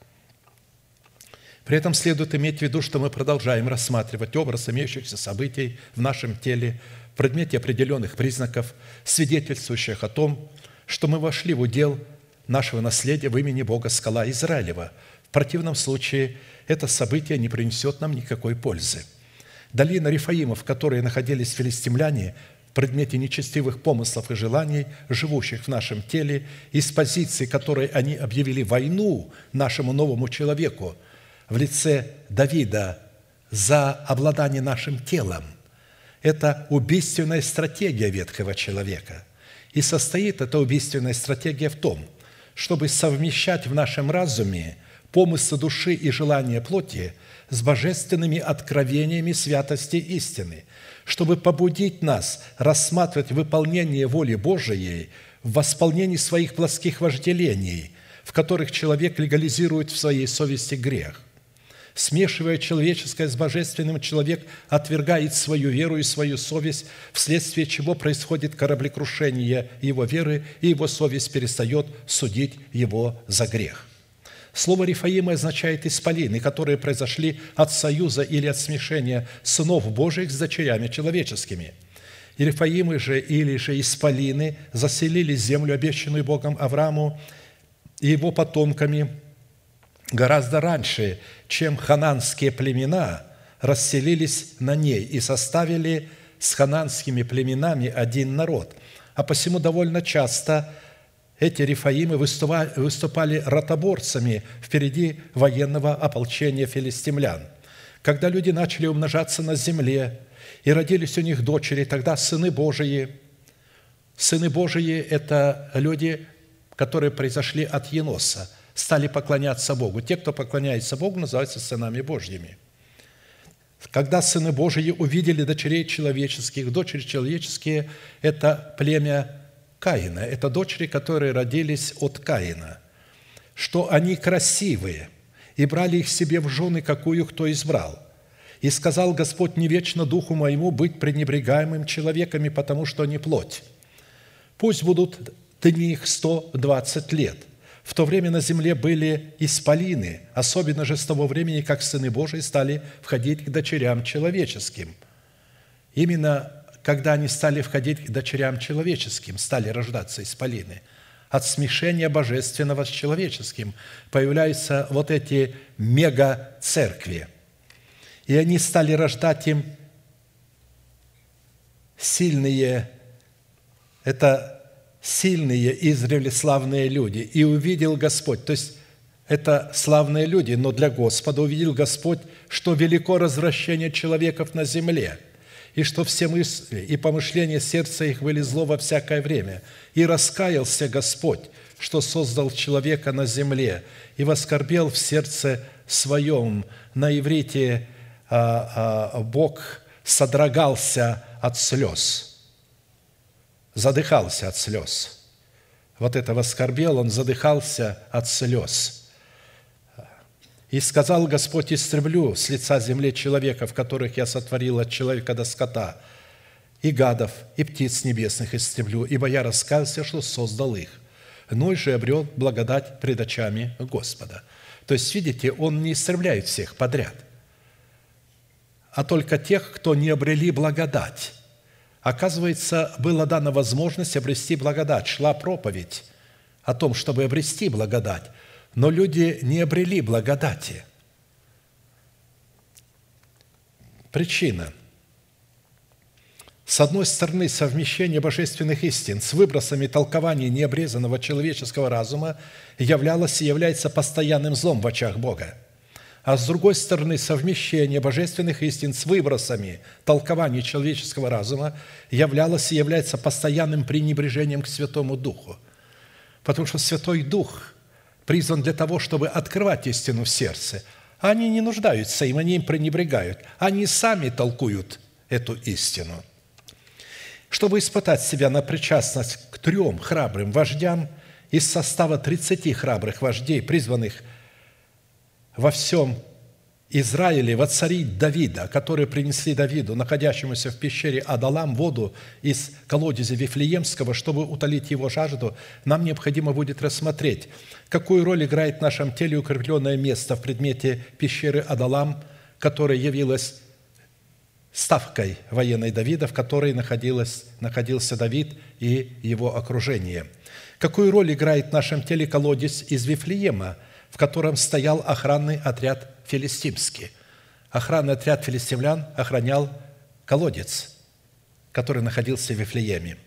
При этом следует иметь в виду, что мы продолжаем рассматривать образ имеющихся событий в нашем теле в предмете определенных признаков, свидетельствующих о том, что мы вошли в удел нашего наследия в имени Бога Скала Израилева. В противном случае это событие не принесет нам никакой пользы. Долина Рефаимов, в которой находились филистимляне, в предмете нечестивых помыслов и желаний, живущих в нашем теле, из позиции которой они объявили войну нашему новому человеку в лице Давида за обладание нашим телом, это убийственная стратегия ветхого человека. И состоит эта убийственная стратегия в том, чтобы совмещать в нашем разуме помыслы души и желания плоти с божественными откровениями святости истины, чтобы побудить нас рассматривать выполнение воли Божией в восполнении своих плотских вожделений, в которых человек легализирует в своей совести грех. Смешивая человеческое с божественным, человек отвергает свою веру и свою совесть, вследствие чего происходит кораблекрушение его веры, и его совесть перестает судить его за грех. Слово «Рефаимы» означает «исполины», которые произошли от союза или от смешения сынов Божьих с дочерями человеческими. И Рефаимы же или же исполины заселили землю, обещанную Богом Аврааму и его потомками, гораздо раньше, чем хананские племена расселились на ней и составили с хананскими племенами один народ. А посему довольно часто эти рефаимы выступали ротоборцами впереди военного ополчения филистимлян. Когда люди начали умножаться на земле, и родились у них дочери, тогда сыны Божии. Сыны Божии – это люди, которые произошли от Еноса, стали поклоняться Богу. Те, кто поклоняется Богу, называются сынами Божьими. Когда сыны Божии увидели дочерей человеческих, дочери человеческие – это племя Каина, это дочери, которые родились от Каина, что они красивые, и брали их себе в жены, какую кто избрал. И сказал Господь: «Не вечно духу моему быть пренебрегаемым человеками, потому что они плоть. Пусть будут дни их сто двадцать лет». В то время на земле были исполины, особенно же с того времени, как сыны Божии стали входить к дочерям человеческим. Именно когда они стали входить к дочерям человеческим, стали рождаться исполины. От смешения божественного с человеческим появляются вот эти мега-церкви. И они стали рождать им сильные, это сильные, издревле славные люди. И увидел Господь, то есть это славные люди, но для Господа увидел Господь, что велико развращение человеков на земле, и что все мысли и помышления сердца их были зло во всякое время. И раскаялся Господь, что создал человека на земле, и воскорбел в сердце своем». На иврите а, а, Бог содрогался от слез, задыхался от слез. Вот это воскорбел, он задыхался от слез. «И сказал Господь: истреблю с лица земли человеков, которых я сотворил от человека до скота, и гадов, и птиц небесных истреблю, ибо я раскаялся, что создал их. Ной же обрел благодать пред очами Господа». То есть, видите, он не истребляет всех подряд. а только тех, кто не обрели благодать. Оказывается, была дана возможность обрести благодать. Шла проповедь о том, чтобы обрести благодать, но люди не обрели благодати. Причина. С одной стороны, совмещение божественных истин с выбросами толкования необрезанного человеческого разума являлось и является постоянным злом в очах Бога. А с другой стороны, совмещение божественных истин с выбросами толкования человеческого разума являлось и является постоянным пренебрежением к Святому Духу. Потому что Святой Дух призван для того, чтобы открывать истину в сердце. А они не нуждаются им, они им пренебрегают. Они сами толкуют эту истину. Чтобы испытать себя на причастность к трем храбрым вождям из состава тридцати храбрых вождей, призванных во всем Израиле воцарить Давида, которые принесли Давиду, находящемуся в пещере Адалам, воду из колодезя Вифлеемского, чтобы утолить его жажду, нам необходимо будет рассмотреть, какую роль играет в нашем теле укрепленное место в предмете пещеры Адалам, которая явилась ставкой военной Давида, в которой находилась, находился Давид и его окружение. Какую роль играет в нашем теле колодец из Вифлеема, в котором стоял охранный отряд филистимский. Охранный отряд филистимлян охранял колодец, который находился в Вифлееме.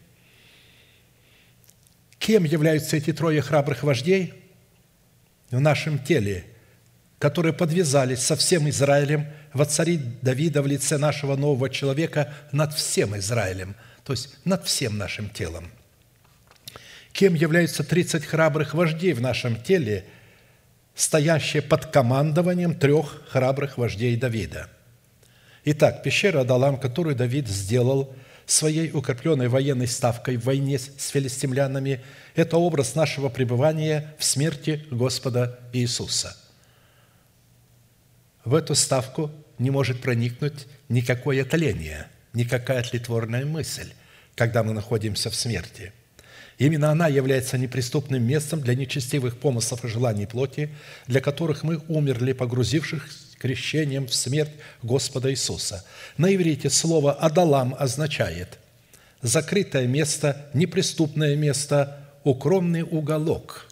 Кем являются эти трое храбрых вождей в нашем теле, которые подвязались со всем Израилем воцарить Давида в лице нашего нового человека над всем Израилем, то есть над всем нашим телом? Кем являются тридцать храбрых вождей в нашем теле, стоящие под командованием трех храбрых вождей Давида? Итак, пещера Адалам, которую Давид сделал своей укрепленной военной ставкой в войне с филистимлянами, это образ нашего пребывания в смерти Господа Иисуса. В эту ставку не может проникнуть никакое тление, никакая тлетворная мысль, когда мы находимся в смерти. Именно она является неприступным местом для нечестивых помыслов и желаний плоти, для которых мы умерли, погрузившись крещением в смерть Господа Иисуса. На иврите слово «адалам» означает закрытое место, неприступное место, укромный уголок.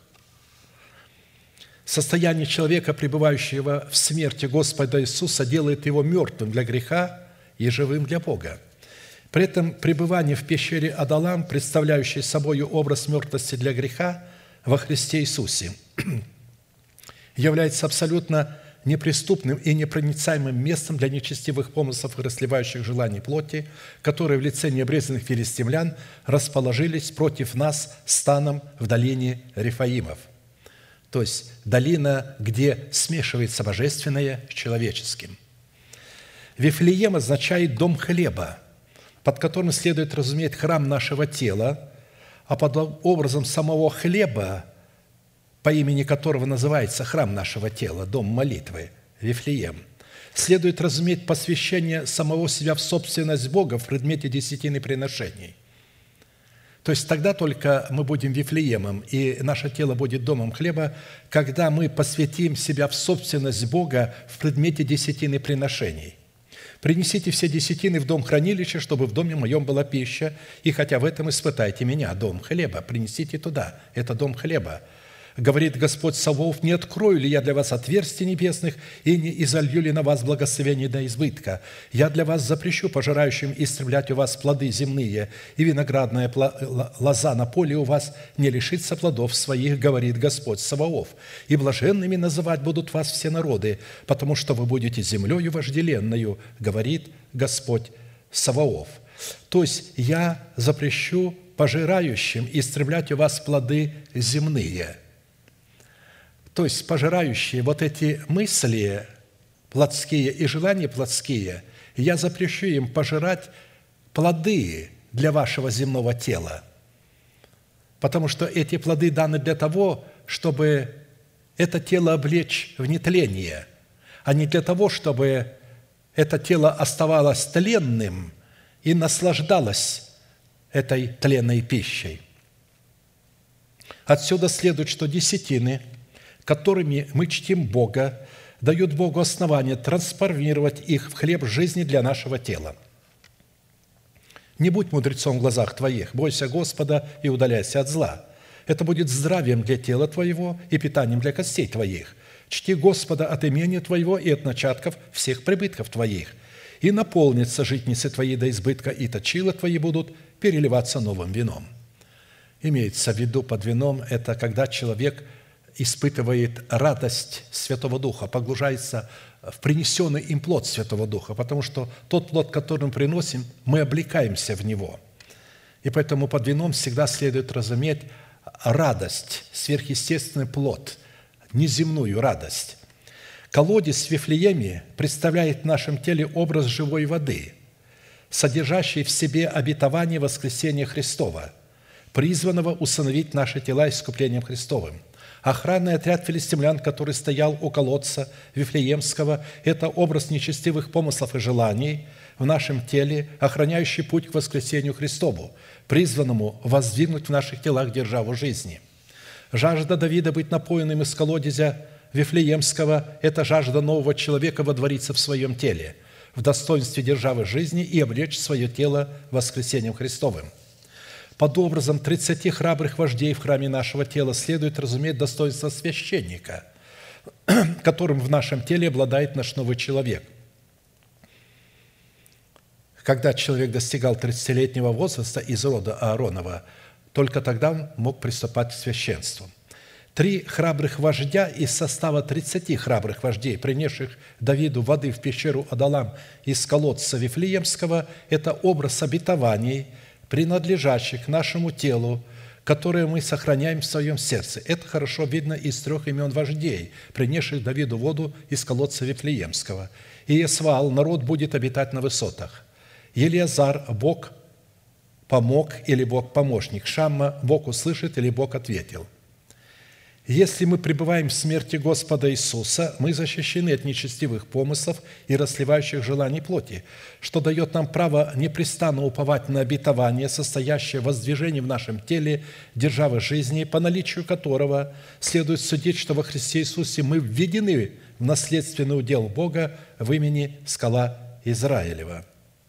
Состояние человека, пребывающего в смерти Господа Иисуса, делает его мертвым для греха и живым для Бога. При этом пребывание в пещере Адалам, представляющее собой образ мертвости для греха во Христе Иисусе, является абсолютно неприступным и непроницаемым местом для нечестивых помыслов и расливающих желаний плоти, которые в лице необрезанных филистимлян расположились против нас станом в долине Рефаимов. То есть долина, где смешивается божественное с человеческим. Вифлеем означает «дом хлеба», под которым следует разуметь храм нашего тела, а под образом самого хлеба, по имени которого называется храм нашего тела, дом молитвы, Вифлеем, следует разуметь посвящение самого себя в собственность Бога в предмете десятины приношений. То есть тогда только мы будем Вифлеемом, и наше тело будет домом хлеба, когда мы посвятим себя в собственность Бога в предмете десятины приношений. «Принесите все десятины в дом хранилища, чтобы в доме моем была пища, и хотя в этом испытайте меня, дом хлеба, принесите туда, это дом хлеба. Говорит Господь Саваоф, не открою ли я для вас отверстий небесных и не изолью ли на вас благословение до избытка? Я для вас запрещу пожирающим истреблять у вас плоды земные, и виноградная лоза на поле у вас не лишится плодов своих, говорит Господь Саваоф. И блаженными называть будут вас все народы, потому что вы будете землею вожделенною, говорит Господь Саваоф». То есть я запрещу пожирающим истреблять у вас плоды земные. То есть пожирающие вот эти мысли плотские и желания плотские, я запрещу им пожирать плоды для вашего земного тела, потому что эти плоды даны для того, чтобы это тело облечь в нетление, а не для того, чтобы это тело оставалось тленным и наслаждалось этой тленной пищей. Отсюда следует, что десятины, которыми мы чтим Бога, дают Богу основание трансформировать их в хлеб жизни для нашего тела. Не будь мудрецом в глазах твоих, бойся Господа и удаляйся от зла. Это будет здравием для тела твоего и питанием для костей твоих. Чти Господа от имени твоего и от начатков всех прибытков твоих. И наполнятся житницы твои до избытка, и точила твои будут переливаться новым вином». Имеется в виду под вином – это когда человек испытывает радость Святого Духа, погружается в принесенный им плод Святого Духа, потому что тот плод, который мы приносим, мы облекаемся в него. И поэтому под вином всегда следует разуметь радость, сверхъестественный плод, неземную радость. Колодец в Вифлееме представляет в нашем теле образ живой воды, содержащий в себе обетование воскресения Христова, призванного усыновить наши тела искуплением Христовым. Охранный отряд филистимлян, который стоял у колодца Вифлеемского, это образ нечестивых помыслов и желаний в нашем теле, охраняющий путь к воскресению Христову, призванному воздвигнуть в наших телах державу жизни. Жажда Давида быть напоенным из колодезя Вифлеемского – это жажда нового человека водвориться в своем теле, в достоинстве державы жизни и облечь свое тело воскресением Христовым. Под образом тридцати храбрых вождей в храме нашего тела следует разуметь достоинство священника, которым в нашем теле обладает наш новый человек. Когда человек достигал тридцатилетнего возраста из рода Ааронова, только тогда он мог приступать к священству. Три храбрых вождя из состава тридцати храбрых вождей, принесших Давиду воды в пещеру Адалам из колодца Вифлеемского, это образ обетований, принадлежащих нашему телу, которое мы сохраняем в своем сердце. Это хорошо видно из трех имен вождей, принесших Давиду воду из колодца Вифлеемского. И Исваал, народ будет обитать на высотах. Елиазар, Бог помог или Бог помощник. Шамма, Бог услышит или Бог ответил. Если мы пребываем в смерти Господа Иисуса, мы защищены от нечестивых помыслов и расливающих желаний плоти, что дает нам право непрестанно уповать на обетование, состоящее в воздвижении в нашем теле державы жизни, по наличию которого следует судить, что во Христе Иисусе мы введены в наследственный удел Бога в имени Скала Израилева.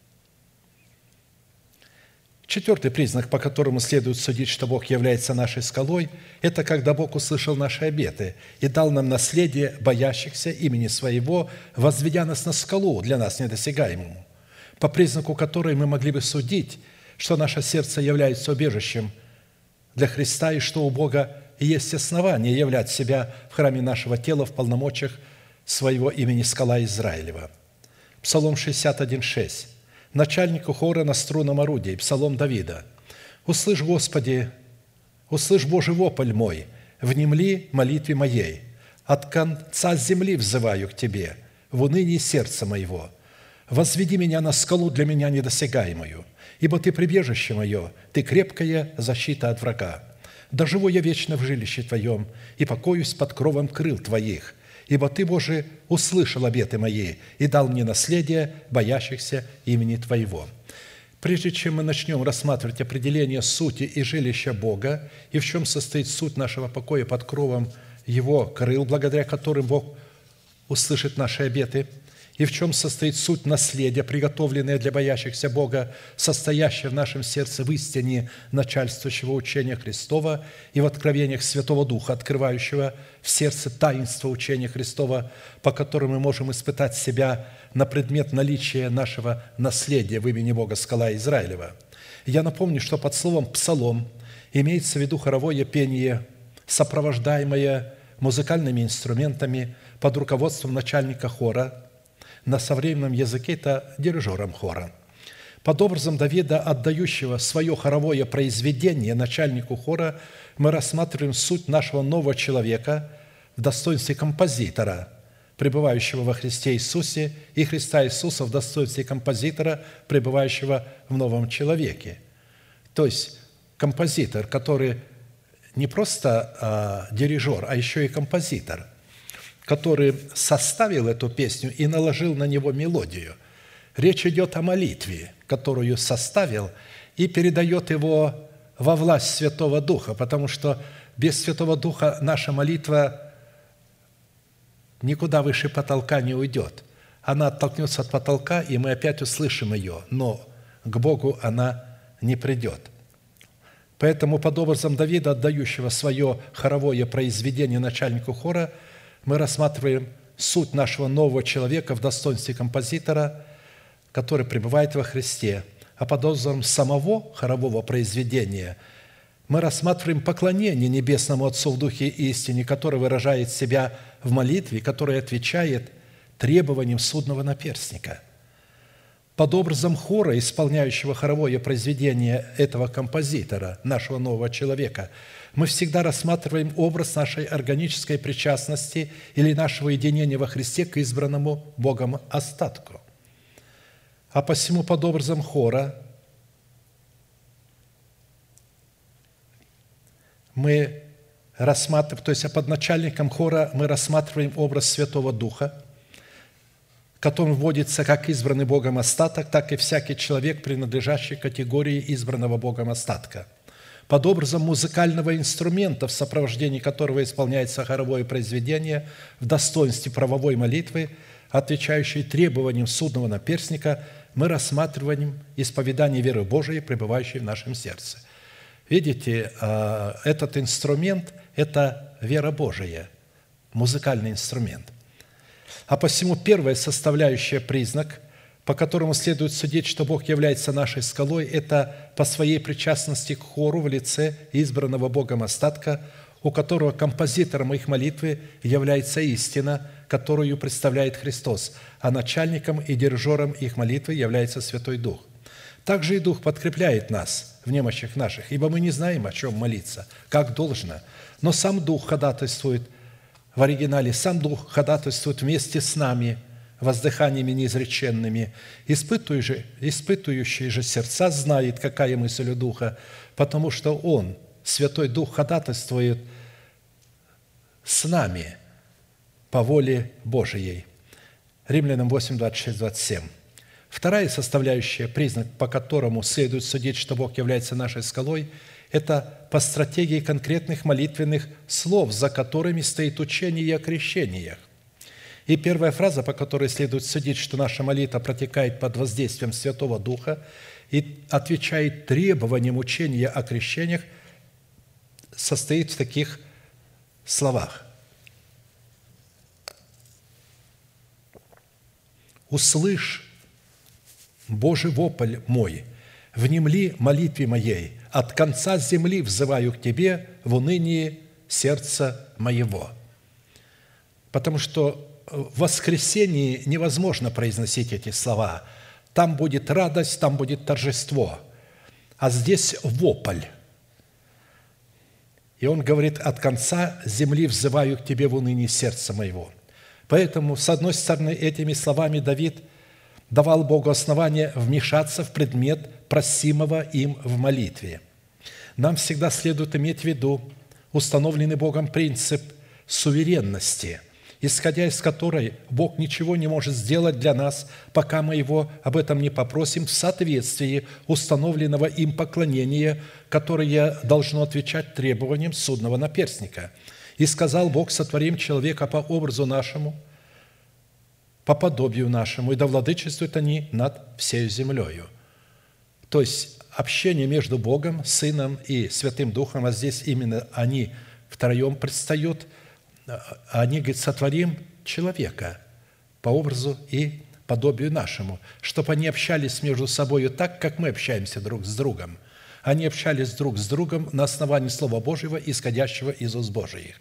Четвертый признак, по которому следует судить, что Бог является нашей скалой, это когда Бог услышал наши обеты и дал нам наследие боящихся имени Своего, возведя нас на скалу, для нас недосягаемому, по признаку которой мы могли бы судить, что наше сердце является убежищем для Христа и что у Бога есть основание являть себя в храме нашего тела в полномочиях Своего имени Скала Израилева. Псалом шестьдесят один, шесть. Начальнику хора на струнном орудии, псалом Давида. «Услышь, Господи, услышь, Божий вопль мой, внемли молитве моей. От конца земли взываю к Тебе, в унынии сердца моего. Возведи меня на скалу для меня недосягаемую, ибо Ты прибежище мое, Ты крепкая защита от врага. Да живу я вечно в жилище Твоем и покоюсь под кровом крыл Твоих, ибо Ты, Боже, услышал обеты мои и дал мне наследие боящихся имени Твоего». Прежде чем мы начнем рассматривать определение сути и жилища Бога и в чем состоит суть нашего покоя под кровом Его крыл, благодаря которым Бог услышит наши обеты, и в чем состоит суть наследия, приготовленное для боящихся Бога, состоящее в нашем сердце в истине начальствующего учения Христова и в откровениях Святого Духа, открывающего в сердце таинство учения Христова, по которому мы можем испытать себя на предмет наличия нашего наследия в имени Бога Скала Израилева. Я напомню, что под словом «псалом» имеется в виду хоровое пение, сопровождаемое музыкальными инструментами под руководством начальника хора, на современном языке это дирижером хора. Под образом Давида, отдающего свое хоровое произведение начальнику хора, мы рассматриваем суть нашего нового человека в достоинстве композитора, пребывающего во Христе Иисусе, и Христа Иисуса в достоинстве композитора, пребывающего в новом человеке. То есть композитор, который не просто а, дирижер, а еще и композитор, который составил эту песню и наложил на него мелодию. Речь идет о молитве, которую составил и передает его во власть Святого Духа, потому что без Святого Духа наша молитва никуда выше потолка не уйдет. Она оттолкнется от потолка, и мы опять услышим ее, но к Богу она не придет. Поэтому под образом Давида, отдающего свое хоровое произведение начальнику хора, мы рассматриваем суть нашего нового человека в достоинстве композитора, который пребывает во Христе. А под образом самого хорового произведения мы рассматриваем поклонение Небесному Отцу в Духе истине, который выражает себя в молитве, который отвечает требованиям судного наперстника. Под образом хора, исполняющего хоровое произведение этого композитора, нашего нового человека, мы всегда рассматриваем образ нашей органической причастности или нашего единения во Христе к избранному Богом остатку. А посему под образом хора мы рассматриваем, то есть под начальником хора мы рассматриваем образ Святого Духа, которым вводится как избранный Богом остаток, так и всякий человек, принадлежащий категории избранного Богом остатка. Под образом музыкального инструмента, в сопровождении которого исполняется хоровое произведение в достоинстве правовой молитвы, отвечающей требованиям судного наперстника, мы рассматриваем исповедание веры Божией, пребывающей в нашем сердце. Видите, этот инструмент – это вера Божия, музыкальный инструмент. А посему первая составляющая признак, по которому следует судить, что Бог является нашей скалой, это по своей причастности к хору в лице избранного Богом остатка, у которого композитором их молитвы является истина, которую представляет Христос, а начальником и дирижером их молитвы является Святой Дух. Также и Дух подкрепляет нас в немощах наших, ибо мы не знаем, о чем молиться, как должно, но сам Дух ходатайствует в оригинале, сам Дух ходатайствует вместе с нами воздыханиями неизреченными. Испытующий же, испытующий же сердца знает, какая мысль у Духа, потому что Он, Святой Дух, ходатайствует с нами по воле Божией. Римлянам восемь, двадцать шесть, двадцать семь. Вторая составляющая, признак, по которому следует судить, что Бог является нашей скалой, это по стратегии конкретных молитвенных слов, за которыми стоит учение о крещениях. И первая фраза, по которой следует судить, что наша молитва протекает под воздействием Святого Духа и отвечает требованиям учения о крещениях, состоит в таких словах. «Услышь, Божий вопль мой, внемли молитве моей, от конца земли взываю к Тебе в унынии сердца моего». Потому что в воскресении невозможно произносить эти слова. Там будет радость, там будет торжество. А здесь вопль. И он говорит: «От конца земли взываю к Тебе в унынии сердца моего». Поэтому, с одной стороны, этими словами Давид давал Богу основание вмешаться в предмет просимого им в молитве. Нам всегда следует иметь в виду установленный Богом принцип суверенности, исходя из которой Бог ничего не может сделать для нас, пока мы Его об этом не попросим в соответствии установленного им поклонения, которое должно отвечать требованиям судного наперстника. «И сказал Бог: сотворим человека по образу нашему, по подобию нашему, и да владычествуют они над всею землею». То есть общение между Богом, Сыном и Святым Духом, а здесь именно они втроем предстают. Они говорят: сотворим человека по образу и подобию нашему, чтобы они общались между собой так, как мы общаемся друг с другом. Они общались друг с другом на основании Слова Божьего, исходящего из уст Божиих.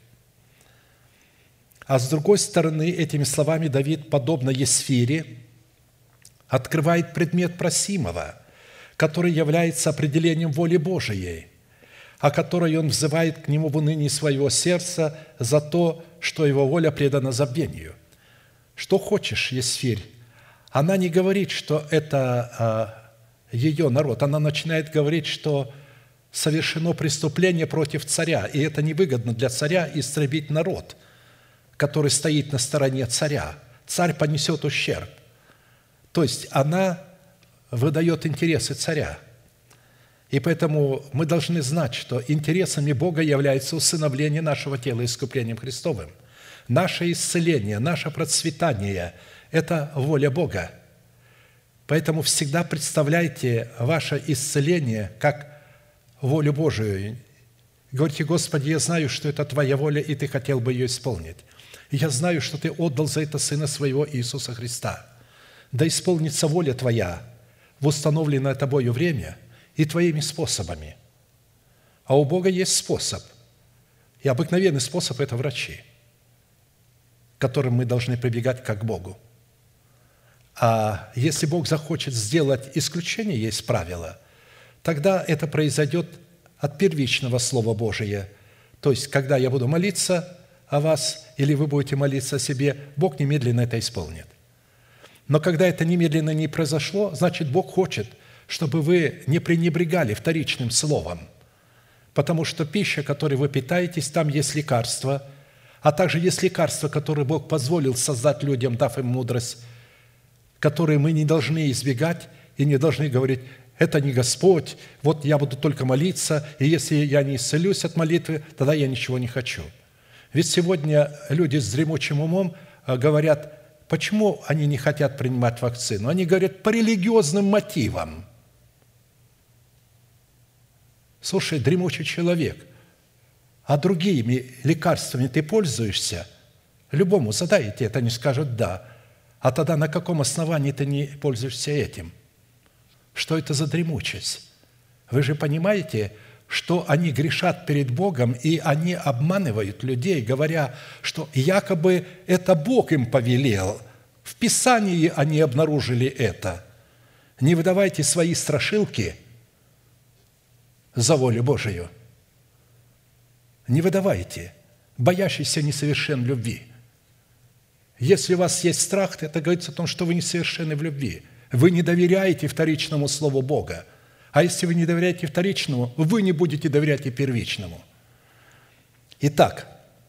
А с другой стороны, этими словами Давид, подобно Есфире, открывает предмет просимого, который является определением воли Божией, о которой он взывает к нему в унынии своего сердца за то, что его воля предана забвению. Что хочешь, Есфирь? Она не говорит, что это а, ее народ. Она начинает говорить, что совершено преступление против царя, и это невыгодно для царя истребить народ, который стоит на стороне царя. Царь понесет ущерб. То есть она выдает интересы царя. И поэтому мы должны знать, что интересами Бога является усыновление нашего тела искуплением Христовым. Наше исцеление, наше процветание – это воля Бога. Поэтому всегда представляйте ваше исцеление как волю Божию. Говорите: Господи, я знаю, что это Твоя воля, и Ты хотел бы ее исполнить. И я знаю, что Ты отдал за это Сына Своего Иисуса Христа. Да исполнится воля Твоя в установленное Тобою время и Твоими способами. А у Бога есть способ. И обыкновенный способ – это врачи, к которым мы должны прибегать как к Богу. А если Бог захочет сделать исключение, есть правило, тогда это произойдет от первичного Слова Божия. То есть, когда я буду молиться о вас, или вы будете молиться о себе, Бог немедленно это исполнит. Но когда это немедленно не произошло, значит, Бог хочет, чтобы вы не пренебрегали вторичным Словом, потому что пища, которой вы питаетесь, там есть лекарство, а также есть лекарства, которые Бог позволил создать людям, дав им мудрость, которые мы не должны избегать и не должны говорить: это не Господь, вот я буду только молиться, и если я не исцелюсь от молитвы, тогда я ничего не хочу. Ведь сегодня люди с дремучим умом говорят: почему они не хотят принимать вакцину? Они говорят: по религиозным мотивам. Слушай, дремучий человек, а другими лекарствами ты пользуешься? Любому задайте это, они скажут «да». А тогда на каком основании ты не пользуешься этим? Что это за дремучесть? Вы же понимаете, что они грешат перед Богом, и они обманывают людей, говоря, что якобы это Бог им повелел. В Писании они обнаружили это. Не выдавайте свои страшилки за волю Божию. Не выдавайте, боящийся несовершен в любви. Если у вас есть страх, то это говорится о том, что вы несовершенны в любви. Вы не доверяете вторичному Слову Бога. А если вы не доверяете вторичному, вы не будете доверять и первичному. Итак,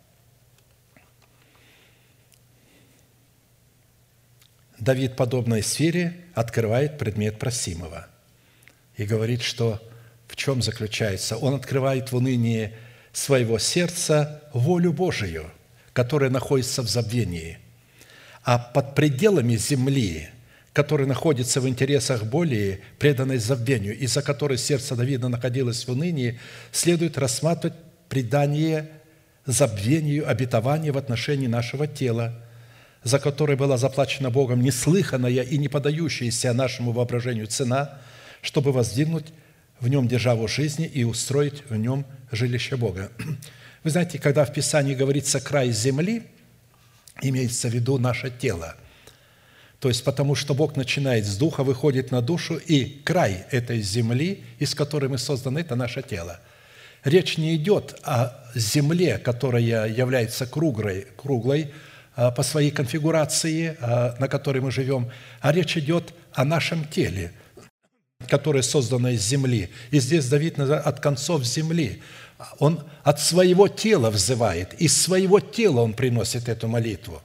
Давид в подобной сфере открывает предмет просимого и говорит, что в чем заключается. Он открывает в унынии своего сердца волю Божию, которая находится в забвении. А под пределами земли, который находится в интересах более, преданной забвению, из-за которой сердце Давида находилось в унынии, следует рассматривать предание забвению обетования в отношении нашего тела, за которое была заплачена Богом неслыханная и не подающаяся нашему воображению цена, чтобы воздвигнуть в нем державу жизни и устроить в нем жилище Бога. Вы знаете, когда в Писании говорится «край земли», имеется в виду наше тело. То есть, потому что Бог начинает с духа, выходит на душу, и край этой земли, из которой мы созданы, это наше тело. Речь не идет о земле, которая является круглой, круглой по своей конфигурации, на которой мы живем, а речь идет о нашем теле, которое создано из земли. И здесь Давид от концов земли. Он от своего тела взывает, из своего тела он приносит эту молитву.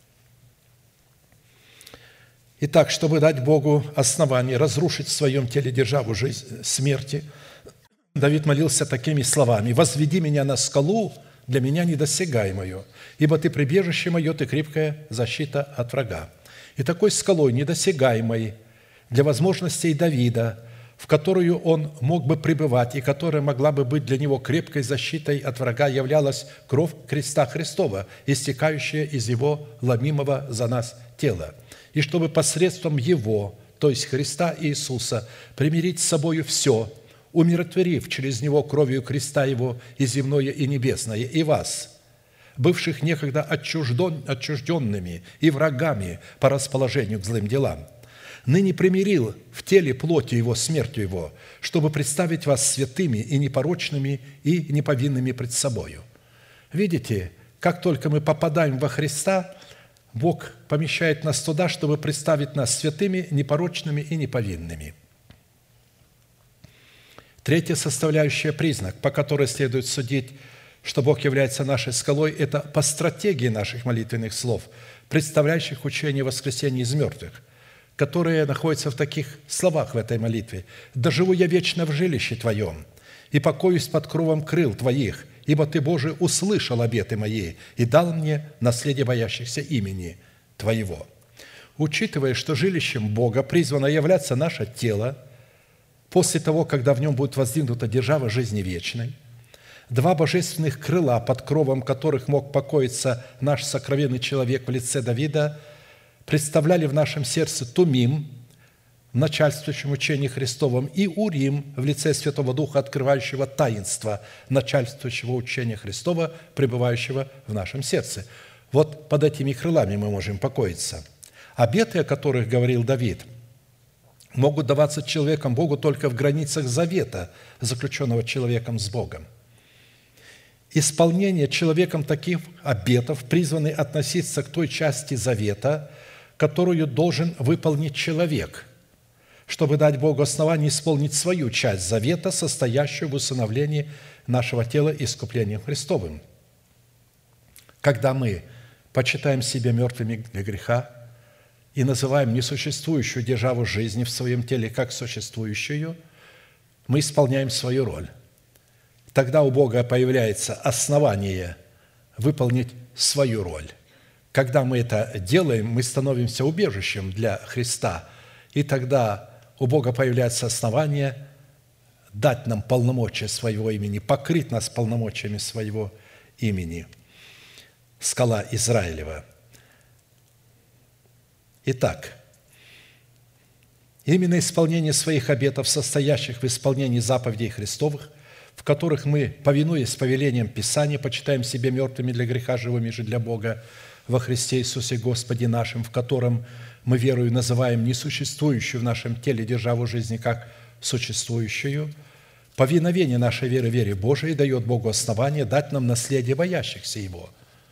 Итак, чтобы дать Богу основание разрушить в своем теле державу жизни, смерти, Давид молился такими словами: «Возведи меня на скалу, для меня недосягаемую, ибо Ты прибежище мое, Ты крепкая защита от врага». И такой скалой недосягаемой для возможностей Давида, в которую он мог бы пребывать и которая могла бы быть для него крепкой защитой от врага, являлась кровь креста Христова, истекающая из его ломимого за нас тела. И чтобы посредством Его, то есть Христа Иисуса, примирить с собою все, умиротворив через Него кровью креста Его и земное, и небесное, и вас, бывших некогда отчужден, отчужденными и врагами по расположению к злым делам, ныне примирил в теле плоти Его смертью Его, чтобы представить вас святыми и непорочными и неповинными пред собою». Видите, как только мы попадаем во Христа, Бог помещает нас туда, чтобы представить нас святыми, непорочными и неповинными. Третья составляющая, признак, по которой следует судить, что Бог является нашей скалой, это по стратегии наших молитвенных слов, представляющих учение воскресения из мертвых, которые находятся в таких словах в этой молитве: «Да живу я вечно в жилище Твоем, и покоюсь под кровом крыл Твоих, ибо Ты, Боже, услышал обеты мои и дал мне наследие боящихся имени Твоего». Учитывая, что жилищем Бога призвано являться наше тело, после того, когда в нем будет воздвигнута держава жизни вечной, два божественных крыла, под кровом которых мог покоиться наш сокровенный человек в лице Давида, представляли в нашем сердце Тумим, в начальствующем учении Христовом, и Урим в лице Святого Духа, открывающего таинство начальствующего учения Христова, пребывающего в нашем сердце. Вот под этими крылами мы можем покоиться. Обеты, о которых говорил Давид, могут даваться человеком Богу только в границах завета, заключенного человеком с Богом. Исполнение человеком таких обетов призваны относиться к той части завета, которую должен выполнить человек, чтобы дать Богу основание исполнить свою часть завета, состоящую в усыновлении нашего тела искуплением Христовым. Когда мы почитаем себя мертвыми для греха и называем несуществующую державу жизни в своем теле как существующую, мы исполняем свою роль. Тогда у Бога появляется основание выполнить свою роль. Когда мы это делаем, мы становимся убежищем для Христа, и тогда у Бога появляется основание дать нам полномочия своего имени, покрыть нас полномочиями своего имени. Скала Израилева. Итак, именно исполнение своих обетов, состоящих в исполнении заповедей Христовых, в которых мы, повинуясь повелениям Писания, почитаем себя мертвыми для греха, живыми же для Бога, во Христе Иисусе Господе нашим, в котором мы верою называем несуществующую в нашем теле державу жизни как существующую, повиновение нашей веры вере Божией дает Богу основание дать нам наследие боящихся Его,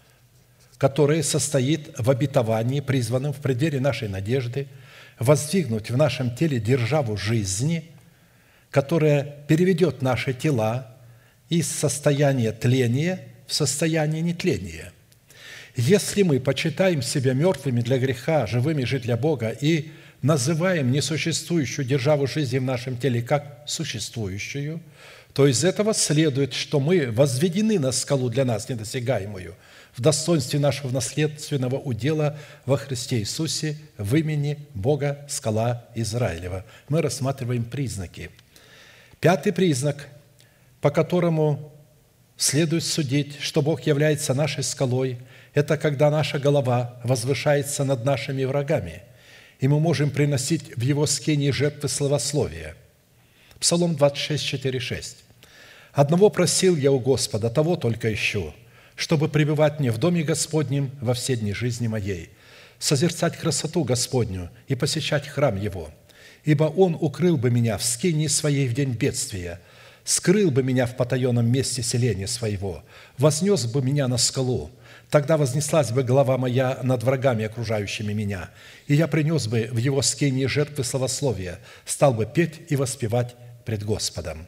которое состоит в обетовании, призванном в преддверии нашей надежды, воздвигнуть в нашем теле державу жизни, которая переведет наши тела из состояния тления в состояние нетления. Если мы почитаем себя мертвыми для греха, живыми же для Бога и называем несуществующую державу жизни в нашем теле как существующую, то из этого следует, что мы возведены на скалу для нас недосягаемую в достоинстве нашего наследственного удела во Христе Иисусе в имени Бога скала Израилева. Мы рассматриваем признаки. Пятый признак, по которому следует судить, что Бог является нашей скалой, это когда наша голова возвышается над нашими врагами, и мы можем приносить в Его скинии жертвы славословия. Псалом двадцать шесть, четыре, шесть. «Одного просил я у Господа, того только ищу, чтобы пребывать мне в доме Господнем во все дни жизни моей, созерцать красоту Господню и посещать храм Его. Ибо Он укрыл бы меня в скинии своей в день бедствия, скрыл бы меня в потаенном месте селения своего, вознес бы меня на скалу, тогда вознеслась бы голова моя над врагами, окружающими меня, и я принес бы в Его скинии жертвы славословия, стал бы петь и воспевать пред Господом».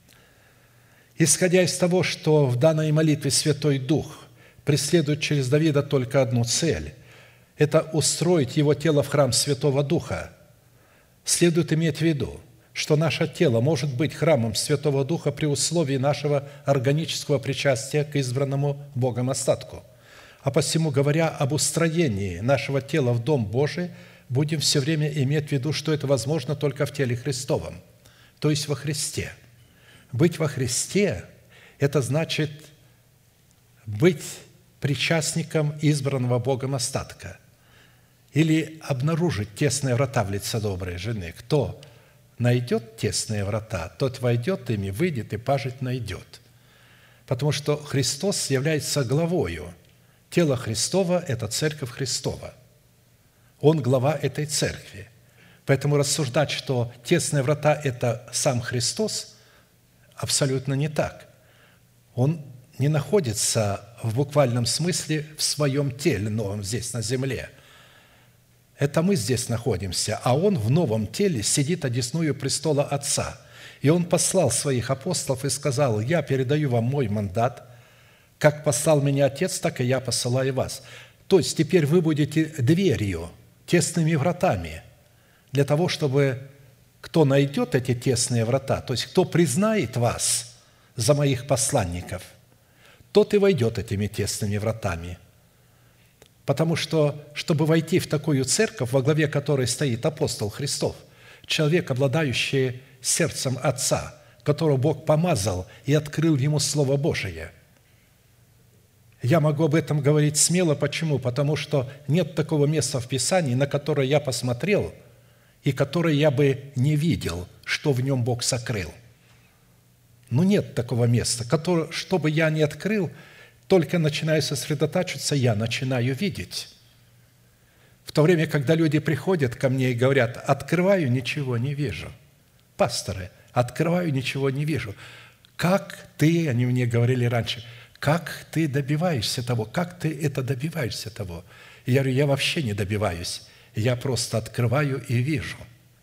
Исходя из того, что в данной молитве Святой Дух преследует через Давида только одну цель – это устроить его тело в храм Святого Духа, следует иметь в виду, что наше тело может быть храмом Святого Духа при условии нашего органического причастия к избранному Богом остатку. А посему, говоря об устроении нашего тела в Дом Божий, будем все время иметь в виду, что это возможно только в теле Христовом, то есть во Христе. Быть во Христе – это значит быть причастником избранного Богом остатка или обнаружить тесные врата в лице доброй жены. Кто найдет тесные врата, тот войдет ими, выйдет и пажить найдет. Потому что Христос является главою. Тело Христово – это Церковь Христова. Он глава этой Церкви. Поэтому рассуждать, что тесные врата – это сам Христос, абсолютно не так. Он не находится в буквальном смысле в своем теле новом здесь, на земле. Это мы здесь находимся, а Он в новом теле сидит одесную престола Отца. И Он послал Своих апостолов и сказал: «Я передаю вам мой мандат, как послал меня Отец, так и я посылаю вас». То есть теперь вы будете дверью, тесными вратами, для того, чтобы кто найдет эти тесные врата, то есть кто признает вас за моих посланников тот и войдет этими тесными вратами. Потому что, чтобы войти в такую церковь, во главе которой стоит апостол Христов, человек, обладающий сердцем Отца, которого Бог помазал и открыл ему Слово Божие. Я могу об этом говорить смело. Почему? Потому что нет такого места в Писании, на которое я посмотрел и которое я бы не видел, что в нем Бог сокрыл. Но нет такого места, которое, что бы я не открыл, только начинаю сосредотачиваться, я начинаю видеть. В то время, когда люди приходят ко мне и говорят: «Открываю, ничего не вижу». Пасторы, открываю, ничего не вижу. Как ты, они мне говорили раньше, как ты добиваешься того, как ты это добиваешься того? И я говорю, я вообще не добиваюсь, я просто открываю и вижу.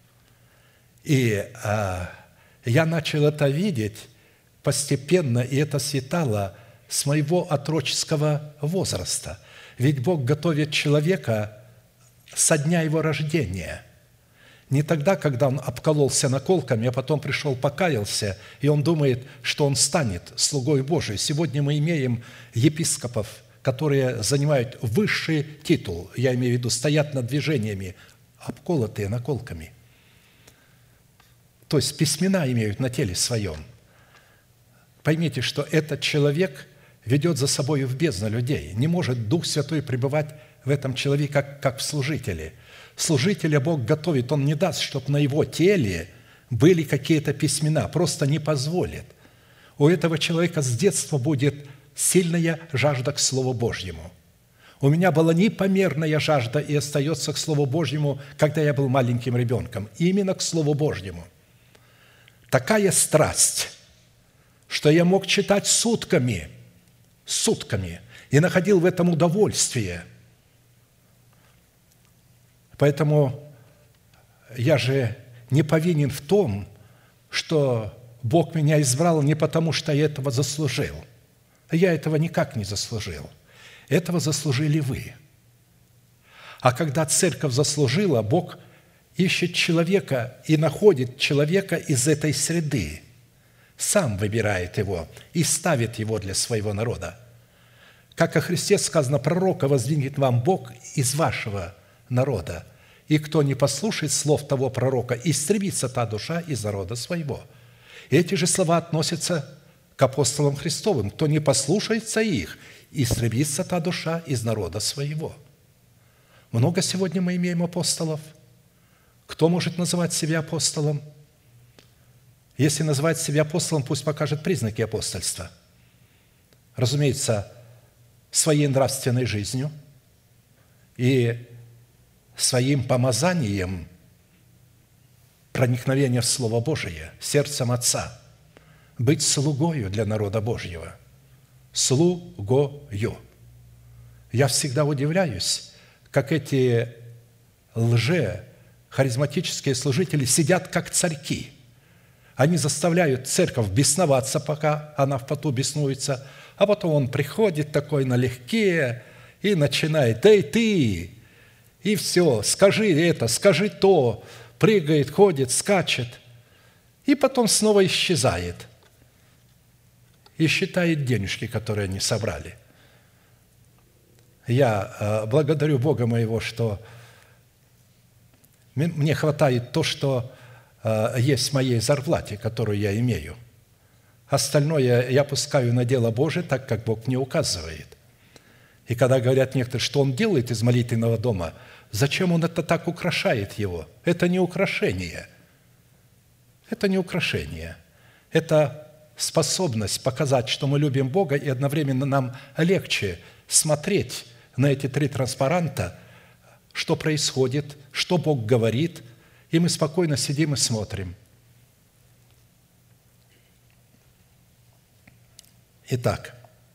И а, я начал это видеть постепенно, и это светало с моего отроческого возраста. Ведь Бог готовит человека со дня его рождения. Не тогда, когда он обкололся наколками, а потом пришел, покаялся, и он думает, что он станет слугой Божиим. Сегодня мы имеем епископов, которые занимают высший титул, я имею в виду, стоят над движениями, обколотые наколками. То есть письмена имеют на теле своем. Поймите, что этот человек ведет за собой в бездну людей. Не может Дух Святой пребывать в этом человеке, как, как в служителе. Служителя Бог готовит, Он не даст, чтобы на его теле были какие-то письмена, просто не позволит. У этого человека с детства будет сильная жажда к Слову Божьему. У меня была непомерная жажда и остается к Слову Божьему, когда я был маленьким ребенком, именно к Слову Божьему. Такая страсть, что я мог читать сутками, сутками, и находил в этом удовольствие. Поэтому я же не повинен в том, что Бог меня избрал не потому, что я этого заслужил. Я этого никак не заслужил. Этого заслужили вы. А когда церковь заслужила, Бог ищет человека и находит человека из этой среды, сам выбирает его и ставит его для своего народа. Как о Христе сказано, пророка воздвигнет вам Бог из вашего народа, и кто не послушает слов того пророка, истребится та душа из народа своего. И эти же слова относятся к апостолам Христовым. Кто не послушается их, истребится та душа из народа своего. Много сегодня мы имеем апостолов. Кто может называть себя апостолом? Если называть себя апостолом, пусть покажет признаки апостольства. Разумеется, своей нравственной жизнью и своим помазанием проникновения в Слово Божие, сердцем Отца, быть слугою для народа Божьего. Слугою. Я всегда удивляюсь, как эти лже-харизматические служители сидят как царьки. Они заставляют церковь бесноваться, пока она в поту беснуется, а потом он приходит такой налегке и начинает: «Эй, ты!» И все, скажи это, скажи то, прыгает, ходит, скачет, и потом снова исчезает и считает денежки, которые они собрали. Я благодарю Бога моего, что мне хватает то, что есть в моей зарплате, которую я имею. Остальное я пускаю на дело Божие, так как Бог мне указывает. И когда говорят некоторые, что он делает из молитвенного дома, зачем он это так украшает его? Это не украшение. Это не украшение. Это способность показать, что мы любим Бога, и одновременно нам легче смотреть на эти три транспаранта, что происходит, что Бог говорит, и мы спокойно сидим и смотрим. Итак,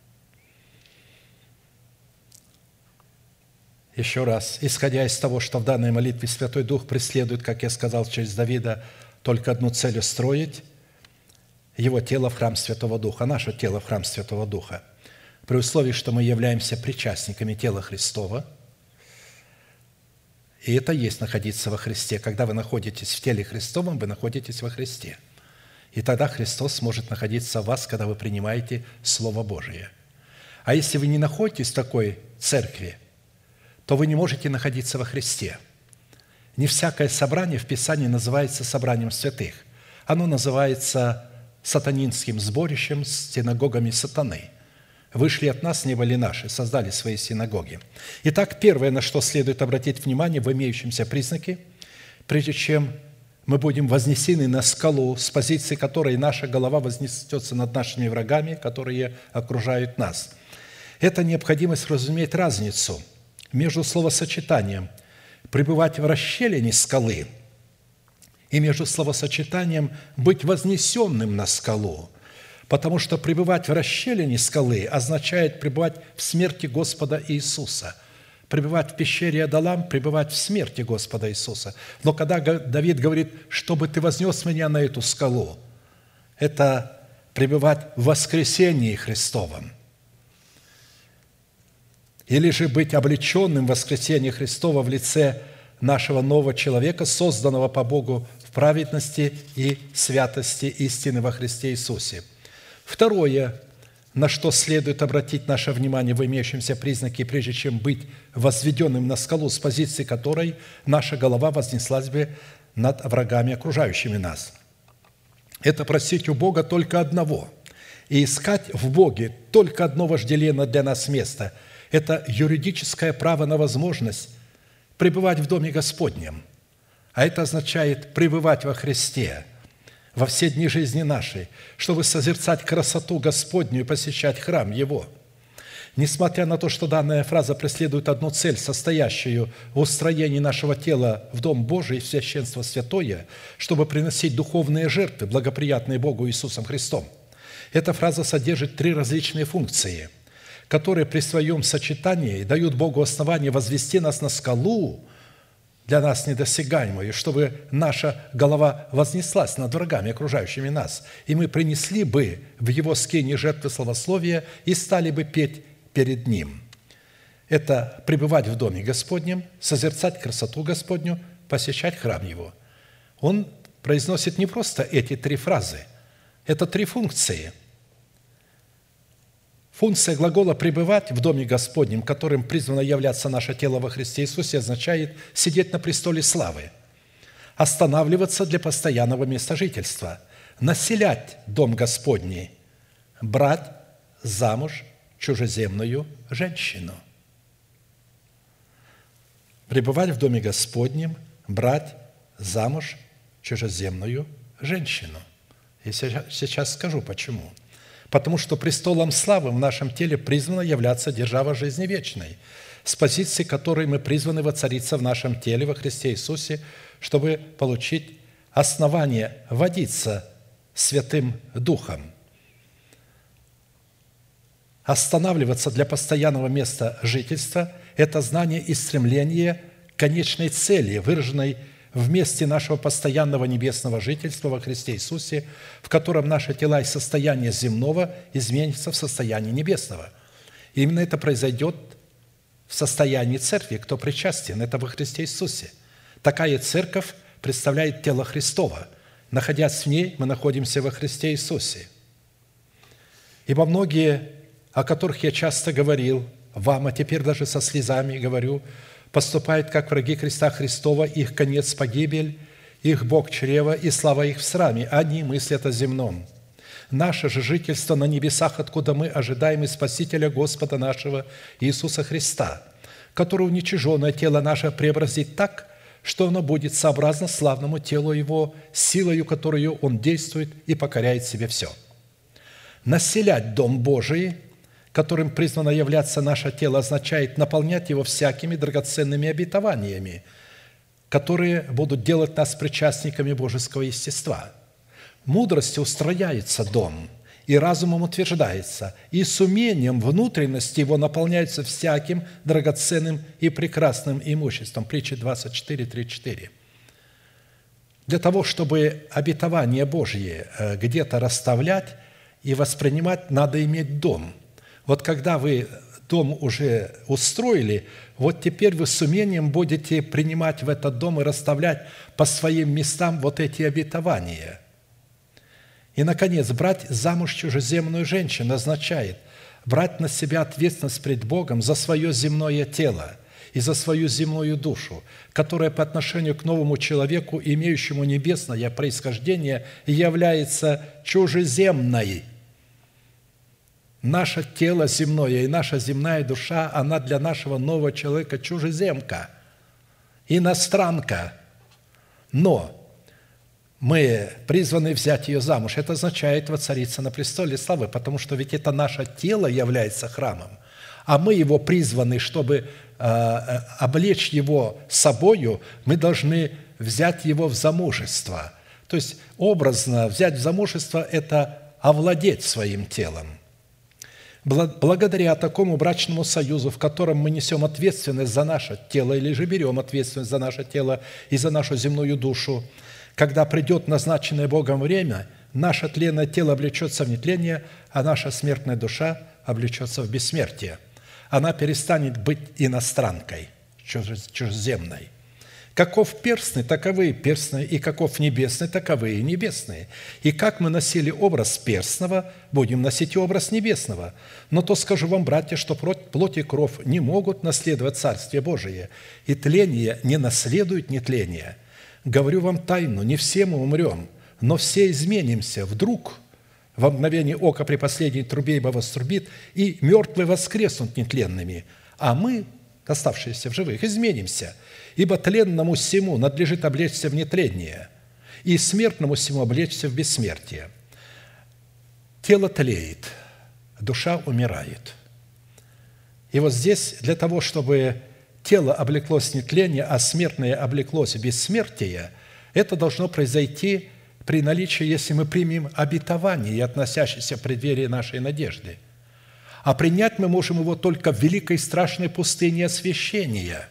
еще раз, исходя из того, что в данной молитве Святой Дух преследует, как я сказал, через Давида, только одну цель – устроить его тело в храм Святого Духа, наше тело в храм Святого Духа, при условии, что мы являемся причастниками тела Христова, и это есть находиться во Христе. Когда вы находитесь в теле Христовом, вы находитесь во Христе. И тогда Христос может находиться в вас, когда вы принимаете Слово Божие. А если вы не находитесь в такой церкви, то вы не можете находиться во Христе. Не всякое собрание в Писании называется собранием святых. Оно называется сатанинским сборищем с синагогами сатаны. Вышли от нас, не были наши, создали свои синагоги. Итак, первое, на что следует обратить внимание в имеющемся признаке, прежде чем мы будем вознесены на скалу, с позиции которой наша голова вознесется над нашими врагами, которые окружают нас. Это необходимость разуметь разницу между словосочетанием «пребывать в расщелине скалы» и между словосочетанием «быть вознесенным на скалу», потому что пребывать в расщелине скалы означает пребывать в смерти Господа Иисуса. Пребывать в пещере Адалам, пребывать в смерти Господа Иисуса. Но когда Давид говорит, чтобы ты вознес меня на эту скалу, это пребывать в воскресении Христовом. Или же быть облеченным в воскресении Христова в лице нашего нового человека, созданного по Богу в праведности и святости истины во Христе Иисусе. Второе, на что следует обратить наше внимание в имеющемся признаке, прежде чем быть возведенным на скалу, с позиции которой наша голова вознеслась бы над врагами, окружающими нас. Это просить у Бога только одного и искать в Боге только одно вожделенное для нас место. Это юридическое право на возможность пребывать в Доме Господнем. А это означает пребывать во Христе во все дни жизни нашей, чтобы созерцать красоту Господню и посещать храм Его. Несмотря на то, что данная фраза преследует одну цель, состоящую в устроении нашего тела в Дом Божий, в священство святое, чтобы приносить духовные жертвы, благоприятные Богу Иисусом Христом. Эта фраза содержит три различные функции, которые при своем сочетании дают Богу основание возвести нас на скалу, для нас недосягаемую, чтобы наша голова вознеслась над врагами, окружающими нас, и мы принесли бы в Его скинии жертвы славословия и стали бы петь перед Ним. Это пребывать в Доме Господнем, созерцать красоту Господню, посещать храм Его. Он произносит не просто эти три фразы, это три функции. Функция глагола «пребывать в Доме Господнем», которым призвано являться наше тело во Христе Иисусе, означает сидеть на престоле славы, останавливаться для постоянного места жительства, населять Дом Господний, брать замуж чужеземную женщину. Пребывать в Доме Господнем, брать замуж чужеземную женщину. Я сейчас скажу, почему. Потому что престолом славы в нашем теле призвана являться держава жизни вечной, с позиции которой мы призваны воцариться в нашем теле во Христе Иисусе, чтобы получить основание водиться Святым Духом, останавливаться для постоянного места жительства – это знание и стремление к конечной цели, выраженной в месте нашего постоянного небесного жительства во Христе Иисусе, в котором наши тела из состояния земного изменятся в состояние небесного. И именно это произойдет в состоянии церкви, кто причастен, это во Христе Иисусе. Такая церковь представляет тело Христово. Находясь в ней, мы находимся во Христе Иисусе. Ибо многие, о которых я часто говорил вам, а теперь даже со слезами говорю, поступают как враги креста Христова, их конец – погибель, их Бог – чрево, и слава их в сраме. Они мыслят о земном. Наше же жительство на небесах, откуда мы ожидаем и Спасителя Господа нашего Иисуса Христа, который уничиженное тело наше преобразит так, что оно будет сообразно славному телу Его, силою, которую Он действует и покоряет себе все. Населять Дом Божий, которым призвано являться наше тело, означает наполнять его всякими драгоценными обетованиями, которые будут делать нас причастниками божеского естества. Мудростью устрояется дом, и разумом утверждается, и с умением внутренности его наполняется всяким драгоценным и прекрасным имуществом. Притча двадцать четыре, тридцать четыре. Для того, чтобы обетование Божье где-то расставлять и воспринимать, надо иметь дом. Вот когда вы дом уже устроили, вот теперь вы с умением будете принимать в этот дом и расставлять по своим местам вот эти обетования. И, наконец, брать замуж чужеземную женщину означает брать на себя ответственность пред Богом за свое земное тело и за свою земную душу, которая по отношению к новому человеку, имеющему небесное происхождение, является чужеземной. Наше тело земное и наша земная душа, она для нашего нового человека чужеземка, иностранка. Но мы призваны взять ее замуж. Это означает воцариться на престоле славы, потому что ведь это наше тело является храмом, а мы его призваны, чтобы э, облечь его собою, мы должны взять его в замужество. То есть образно взять в замужество – это овладеть своим телом. Благодаря такому брачному союзу, в котором мы несем ответственность за наше тело или же берем ответственность за наше тело и за нашу земную душу, когда придет назначенное Богом время, наше тленное тело облечется в нетление, а наша смертная душа облечется в бессмертие. Она перестанет быть иностранкой, чужеземной. Каков перстный, таковы и перстные, и каков небесный, таковы и небесные. И как мы носили образ перстного, будем носить и образ небесного. Но то скажу вам, братья, что плоть и кровь не могут наследовать Царствие Божие, и тление не наследует нетление. Говорю вам тайну, не все мы умрем, но все изменимся вдруг, во мгновение ока при последней трубе ибо вострубит, и мертвые воскреснут нетленными, а мы, оставшиеся в живых, изменимся, ибо тленному сему надлежит облечься в нетление, и смертному сему облечься в бессмертие. Тело тлеет, душа умирает. И вот здесь для того, чтобы тело облеклось в нетление, а смертное облеклось в бессмертие, это должно произойти при наличии, если мы примем обетование, относящееся к преддверии нашей надежды. А принять мы можем его только в великой страшной пустыне освящения,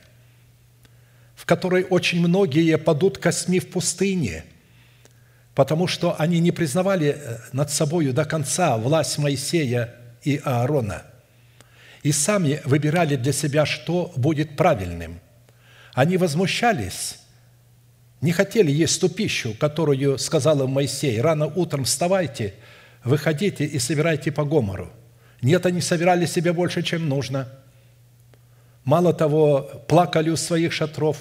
в которой очень многие падут косьми в пустыне, потому что они не признавали над собою до конца власть Моисея и Аарона, и сами выбирали для себя, что будет правильным. Они возмущались, не хотели есть ту пищу, которую сказал им Моисей: «Рано утром вставайте, выходите и собирайте по гомору». Нет, они собирали себе больше, чем нужно. Мало того, плакали у своих шатров.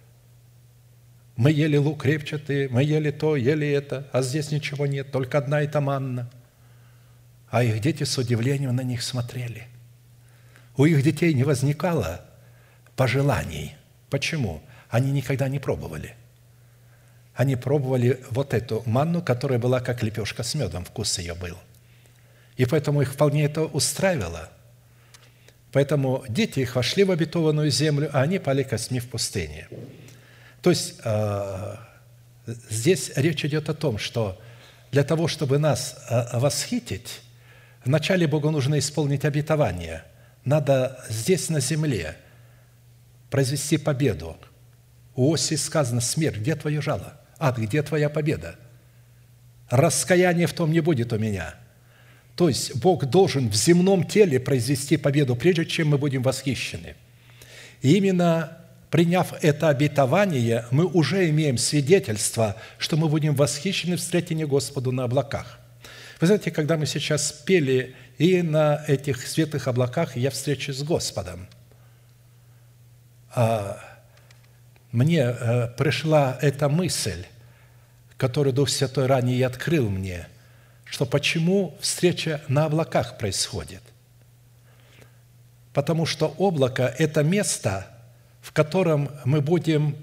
Мы ели лук репчатый, мы ели то, ели это, а здесь ничего нет, только одна эта манна. А их дети с удивлением на них смотрели. У их детей не возникало пожеланий. Почему? Они никогда не пробовали. Они пробовали вот эту манну, которая была как лепешка с медом, вкус ее был. И поэтому их вполне это устраивало. Поэтому дети их вошли в обетованную землю, а они пали косьми в пустыне. То есть здесь речь идет о том, что для того, чтобы нас восхитить, вначале Богу нужно исполнить обетование. Надо здесь, на земле, произвести победу. У Осии сказано: «Смерть, где твое жало? Ад, где твоя победа? Раскаяния в том не будет у меня». То есть Бог должен в земном теле произвести победу, прежде чем мы будем восхищены. И именно приняв это обетование, мы уже имеем свидетельство, что мы будем восхищены в встретении Господу на облаках. Вы знаете, когда мы сейчас пели и на этих светлых облаках я встречусь с Господом, мне пришла эта мысль, которую Дух Святой ранее и открыл мне, что почему встреча на облаках происходит. Потому что облако – это место, в котором мы будем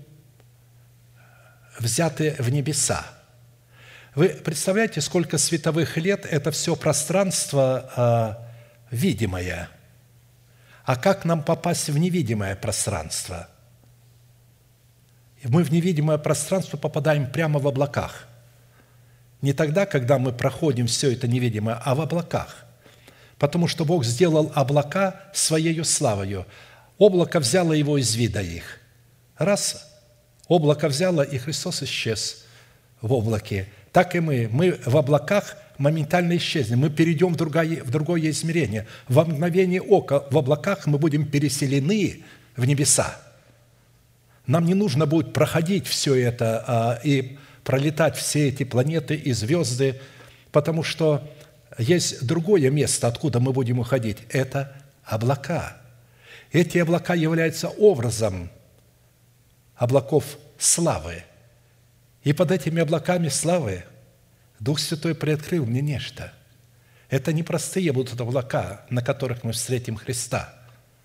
взяты в небеса. Вы представляете, сколько световых лет – это все пространство э, видимое. А как нам попасть в невидимое пространство? Мы в невидимое пространство попадаем прямо в облаках. Не тогда, когда мы проходим все это невидимое, а в облаках. Потому что Бог сделал облака Своею славою. Облако взяло его из вида их. Раз облако взяло, и Христос исчез в облаке. Так и мы. Мы в облаках моментально исчезнем. Мы перейдем в другое, в другое измерение. Во мгновение ока в облаках мы будем переселены в небеса. Нам не нужно будет проходить все это а, и пролетать все эти планеты и звезды, потому что есть другое место, откуда мы будем уходить. Это облака. Эти облака являются образом облаков славы. И под этими облаками славы Дух Святой приоткрыл мне нечто. Это не простые будут облака, на которых мы встретим Христа.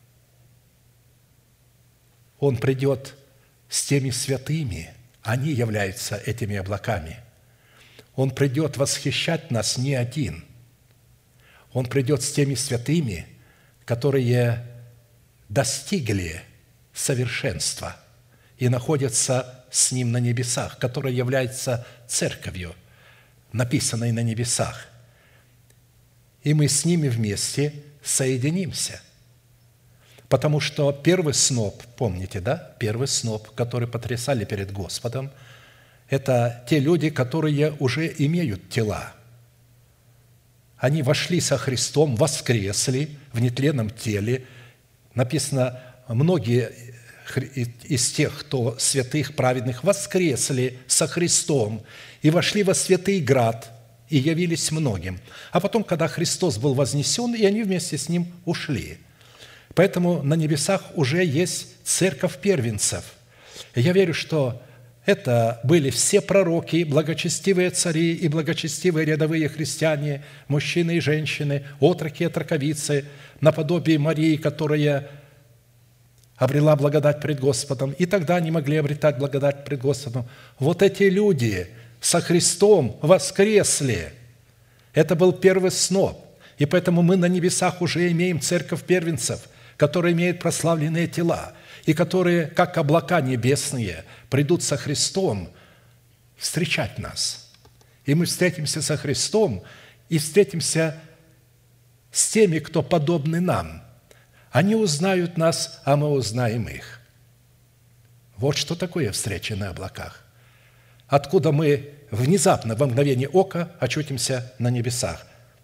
Он придет с теми святыми, они являются этими облаками. Он придет восхищать нас не один. Он придет с теми святыми, которые достигли совершенства и находятся с Ним на небесах, которая является церковью, написанной на небесах. И мы с ними вместе соединимся. Потому что первый сноп, помните, да? Первый сноп, который потрясали перед Господом, это те люди, которые уже имеют тела. Они вошли со Христом, воскресли в нетленном теле. Написано, многие из тех, кто святых, праведных, воскресли со Христом и вошли во святый град и явились многим. А потом, когда Христос был вознесен, и они вместе с Ним ушли. Поэтому на небесах уже есть церковь первенцев. И я верю, что это были все пророки, благочестивые цари и благочестивые рядовые христиане, мужчины и женщины, отроки и отроковицы, наподобие Марии, которая обрела благодать пред Господом, и тогда они могли обретать благодать пред Господом. Вот эти люди со Христом воскресли. Это был первый сноп. И поэтому мы на небесах уже имеем церковь первенцев, которые имеют прославленные тела, и которые, как облака небесные, придут со Христом встречать нас. И мы встретимся со Христом и встретимся с теми, кто подобны нам. Они узнают нас, а мы узнаем их. Вот что такое встреча на облаках. Откуда мы внезапно, во мгновение ока, очутимся на небесах.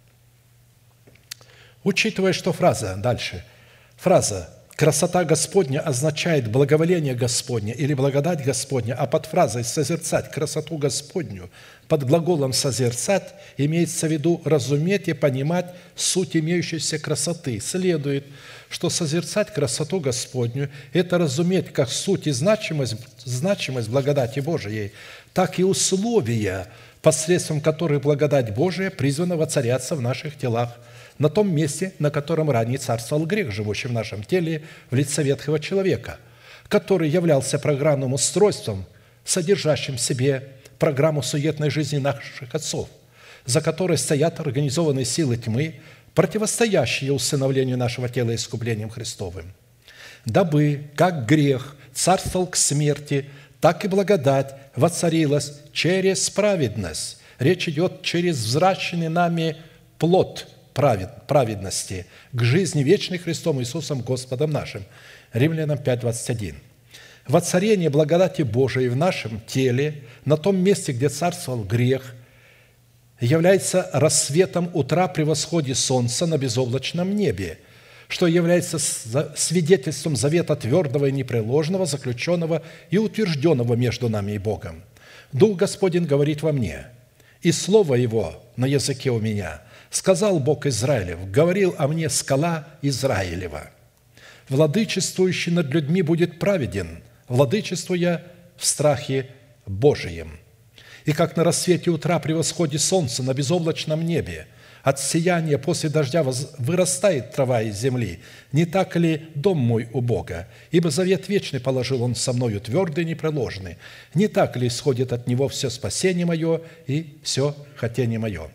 Учитывая, что фраза дальше, фраза «красота Господня» означает благоволение Господне или благодать Господня, а под фразой «созерцать красоту Господню» под глаголом «созерцать» имеется в виду разуметь и понимать суть имеющейся красоты. Следует, что созерцать красоту Господню – это разуметь как суть и значимость, значимость благодати Божией, так и условия, посредством которых благодать Божия призвана воцаряться в наших телах, на том месте, на котором ранее царствовал грех, живущий в нашем теле в лице ветхого человека, который являлся программным устройством, содержащим в себе программу суетной жизни наших отцов, за которой стоят организованные силы тьмы, противостоящие усыновлению нашего тела искуплением Христовым. Дабы, как грех царствовал к смерти, так и благодать воцарилась через праведность. Речь идет через взращенный нами плод праведности к жизни вечной Христом Иисусом Господом нашим. Римлянам пять, двадцать один. Воцарение благодати Божией в нашем теле, на том месте, где царствовал грех, является рассветом утра при восходе солнца на безоблачном небе, что является свидетельством завета твердого и непреложного, заключенного и утвержденного между нами и Богом. Дух Господень говорит во мне, и Слово Его на языке у меня. Сказал Бог Израилев, говорил о мне скала Израилева. Владычествующий над людьми будет праведен, владычествуя в страхе Божием. И как на рассвете утра при восходе солнца на безоблачном небе от сияния после дождя вырастает трава из земли, не так ли дом мой у Бога? Ибо завет вечный положил Он со мною твердый и непреложный. Не так ли исходит от Него все спасение мое и все хотение мое?»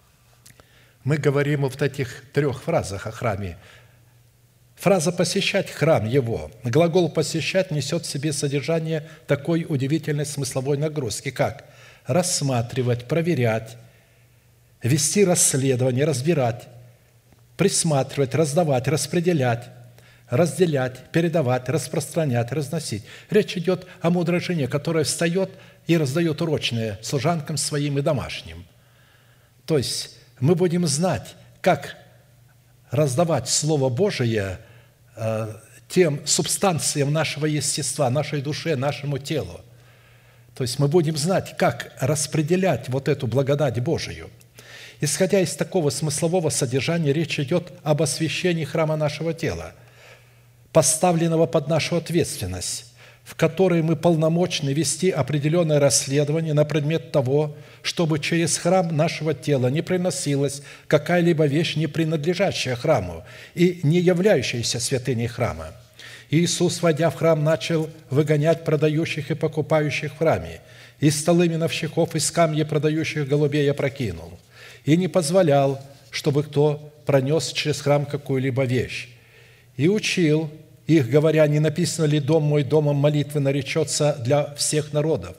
Мы говорим вот в этих трех фразах о храме. Фраза «посещать храм Его», глагол «посещать» несет в себе содержание такой удивительной смысловой нагрузки, как рассматривать, проверять, вести расследование, разбирать, присматривать, раздавать, распределять, разделять, передавать, распространять, разносить. Речь идет о мудрой жене, которая встает и раздает урочные служанкам своим и домашним. То есть мы будем знать, как раздавать Слово Божие э, тем субстанциям нашего естества, нашей душе, нашему телу. То есть мы будем знать, как распределять вот эту благодать Божию. Исходя из такого смыслового содержания, речь идет об освящении храма нашего тела, поставленного под нашу ответственность, в которой мы полномочны вести определенное расследование на предмет того, чтобы через храм нашего тела не приносилась какая-либо вещь, не принадлежащая храму и не являющаяся святыней храма. Иисус, войдя в храм, начал выгонять продающих и покупающих в храме, и столы миновщиков из камня продающих голубей опрокинул, и не позволял, чтобы кто пронес через храм какую-либо вещь, и учил их, говоря: не написано ли «Дом мой домом молитвы наречется для всех народов»,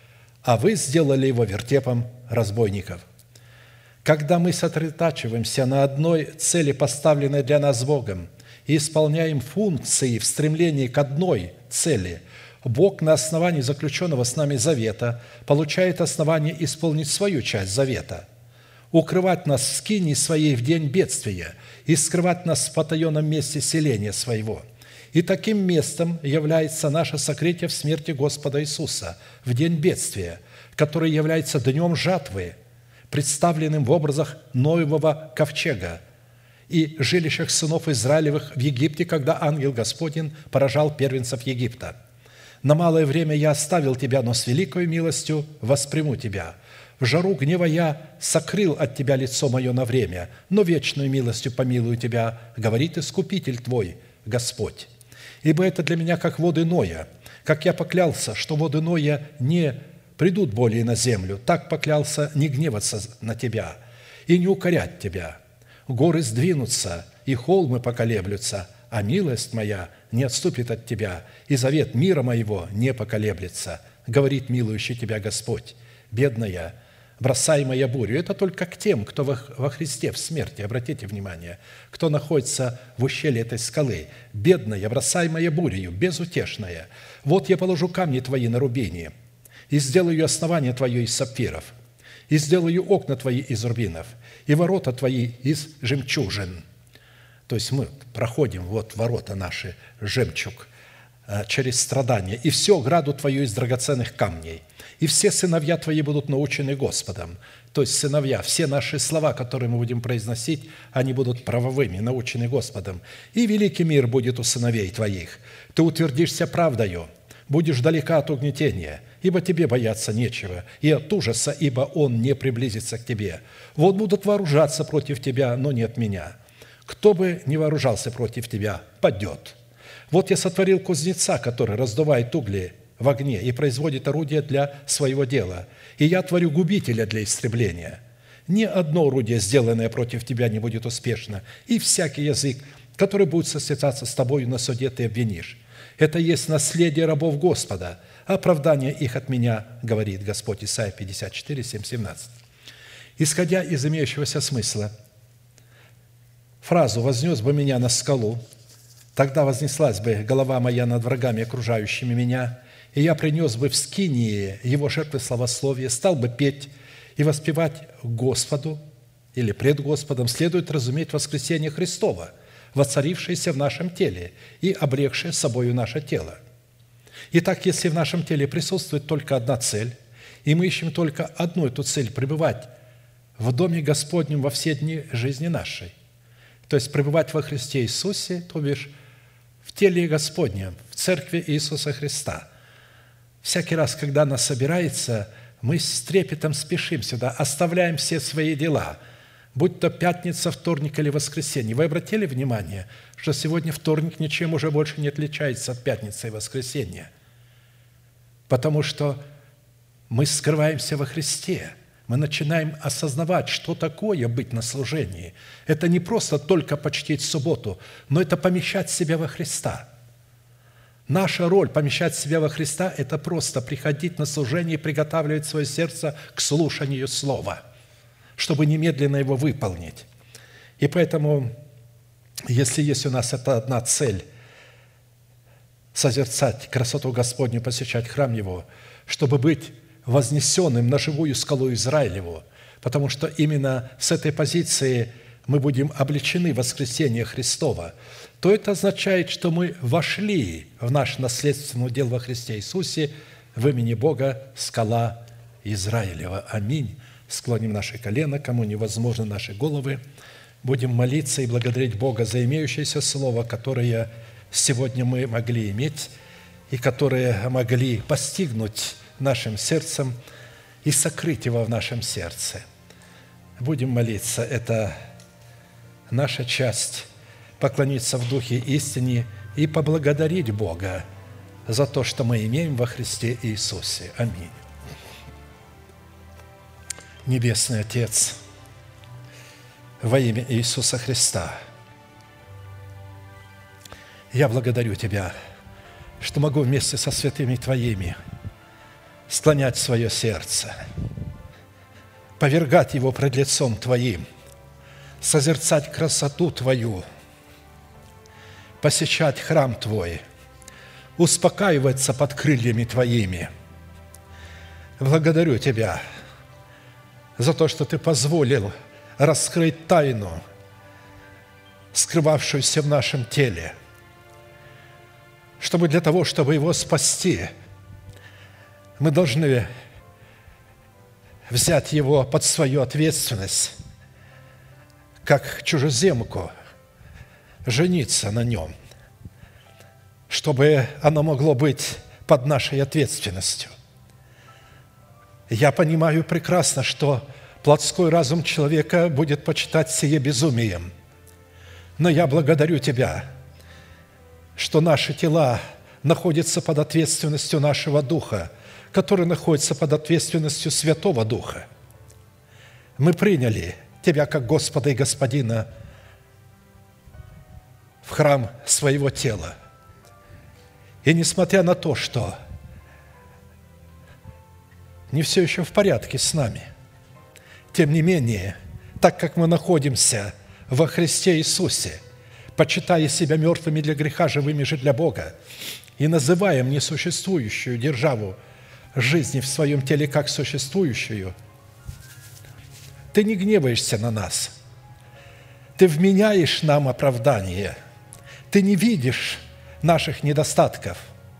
а вы сделали его вертепом разбойников. Когда мы сосредотачиваемся на одной цели, поставленной для нас Богом, и исполняем функции в стремлении к одной цели, Бог на основании заключенного с нами завета получает основание исполнить свою часть завета – укрывать нас в скинии своей в день бедствия и скрывать нас в потаенном месте селения своего. И таким местом является наше сокрытие в смерти Господа Иисуса в день бедствия, который является днем жатвы, представленным в образах Ноевого ковчега и жилищах сынов Израилевых в Египте, когда ангел Господень поражал первенцев Египта. На малое время я оставил тебя, но с великой милостью восприму тебя. В жару гнева я сокрыл от тебя лицо мое на время, но вечную милостью помилую тебя, говорит Искупитель твой, Господь. Ибо это для меня как воды Ноя, как я поклялся, что воды Ноя не придут более на землю, так поклялся не гневаться на тебя и не укорять тебя. Горы сдвинутся, и холмы поколеблются, а милость моя не отступит от тебя, и завет мира моего не поколеблется, говорит милующий тебя Господь. Бедная, бросаемая бурю. Это только к тем, кто во Христе в смерти, обратите внимание, кто находится в ущелье этой скалы. Бедная, бросаемая бурею, безутешная. Вот я положу камни твои на рубине, и сделаю основание твое из сапфиров, и сделаю окна твои из рубинов, и ворота твои из жемчужин. То есть мы проходим, вот ворота наши, жемчуг, через страдания, и все граду твою из драгоценных камней, и все сыновья твои будут научены Господом. То есть сыновья, все наши слова, которые мы будем произносить, они будут правовыми, научены Господом. И великий мир будет у сыновей твоих. Ты утвердишься правдою, будешь далека от угнетения, ибо тебе бояться нечего, и от ужаса, ибо он не приблизится к тебе. Вот будут вооружаться против тебя, но не от меня. Кто бы не вооружался против тебя, падет. Вот я сотворил кузнеца, который раздувает угли в огне и производит орудие для своего дела. И я творю губителя для истребления. Ни одно орудие, сделанное против тебя, не будет успешно, и всякий язык, который будет состязаться с тобою на суде, ты обвинишь. Это есть наследие рабов Господа, оправдание их от меня, говорит Господь. Исайя пятьдесят четыре, семь, семнадцать. Исходя из имеющегося смысла, фразу «вознес бы меня на скалу», тогда вознеслась бы голова моя над врагами, окружающими меня, и я принес бы в скинии его жертвы славословия, стал бы петь и воспевать Господу или пред Господом, следует разуметь воскресение Христова, воцарившееся в нашем теле и облегшее собою наше тело. Итак, если в нашем теле присутствует только одна цель, и мы ищем только одну эту цель – пребывать в Доме Господнем во все дни жизни нашей, то есть пребывать во Христе Иисусе, то бишь в теле Господнем, в Церкви Иисуса Христа. Всякий раз, когда нас собирается, мы с трепетом спешим сюда, оставляем все свои дела, будь то пятница, вторник или воскресенье. Вы обратили внимание, что сегодня вторник ничем уже больше не отличается от пятницы и воскресенья? Потому что мы скрываемся во Христе. Мы начинаем осознавать, что такое быть на служении. Это не просто только почтить субботу, но это помещать себя во Христа. Наша роль помещать себя во Христа – это просто приходить на служение и приготавливать свое сердце к слушанию Слова, чтобы немедленно его выполнить. И поэтому, если есть у нас эта одна цель – созерцать красоту Господню, посещать храм Его, чтобы быть вознесенным на живую скалу Израилеву, потому что именно с этой позиции мы будем облечены в воскресение Христова, то это означает, что мы вошли в наш наследственный удел во Христе Иисусе в имени Бога скала Израилева. Аминь. Склоним наши колена, кому невозможно наши головы. Будем молиться и благодарить Бога за имеющееся слово, которое сегодня мы могли иметь и которое могли постигнуть нашим сердцем и сокрыть его в нашем сердце. Будем молиться. Это наша часть – поклониться в Духе истине и поблагодарить Бога за то, что мы имеем во Христе Иисусе. Аминь. Небесный Отец, во имя Иисуса Христа, я благодарю Тебя, что могу вместе со святыми Твоими склонять свое сердце, повергать его пред лицом Твоим, созерцать красоту Твою, посещать храм Твой, успокаиваться под крыльями Твоими. Благодарю Тебя за то, что Ты позволил раскрыть тайну, скрывавшуюся в нашем теле, чтобы для того, чтобы его спасти, мы должны взять его под свою ответственность, как чужеземку, жениться на нем, чтобы оно могло быть под нашей ответственностью. Я понимаю прекрасно, что плотской разум человека будет почитать сие безумием, но я благодарю Тебя, что наши тела находятся под ответственностью нашего Духа, который находится под ответственностью Святого Духа. Мы приняли Тебя как Господа и Господина в храм своего тела. И несмотря на то, что не все еще в порядке с нами, тем не менее, так как мы находимся во Христе Иисусе, почитая себя мертвыми для греха, живыми же для Бога, и называем несуществующую державу жизни в своем теле как существующую, Ты не гневаешься на нас. Ты вменяешь нам оправдание. Ты не видишь наших недостатков.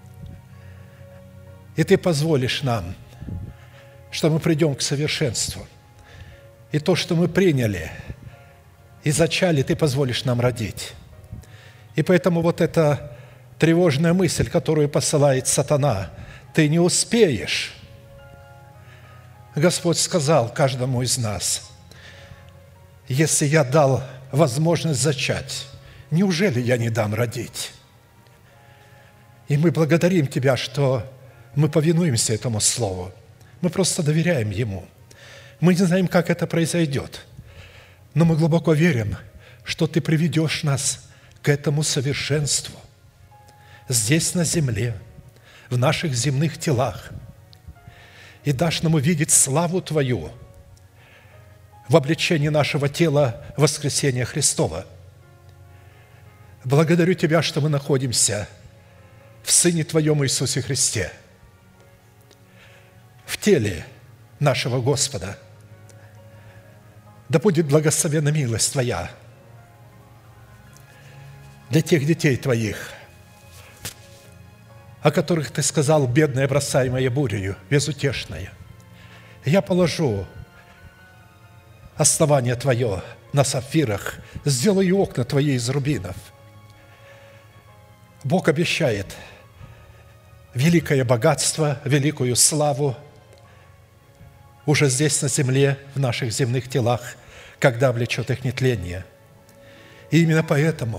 И Ты позволишь нам, что мы придем к совершенству. И то, что мы приняли и зачали, Ты позволишь нам родить. И поэтому вот эта тревожная мысль, которую посылает сатана, ты не успеешь. Господь сказал каждому из нас: если я дал возможность зачать, неужели я не дам родить? И мы благодарим Тебя, что мы повинуемся этому Слову. Мы просто доверяем Ему. Мы не знаем, как это произойдет, но мы глубоко верим, что Ты приведешь нас к этому совершенству здесь, на земле, в наших земных телах, и дашь нам увидеть славу Твою в облечении нашего тела воскресения Христова. Благодарю Тебя, что мы находимся в Сыне Твоем Иисусе Христе, в теле нашего Господа. Да будет благословена милость Твоя для тех детей Твоих, о которых Ты сказал: бедное, бросаемое бурею, безутешное. Я положу основание Твое на сапфирах, сделаю окна Твои из рубинов. Бог обещает великое богатство, великую славу уже здесь, на земле, в наших земных телах, когда влечет их нетление. И именно поэтому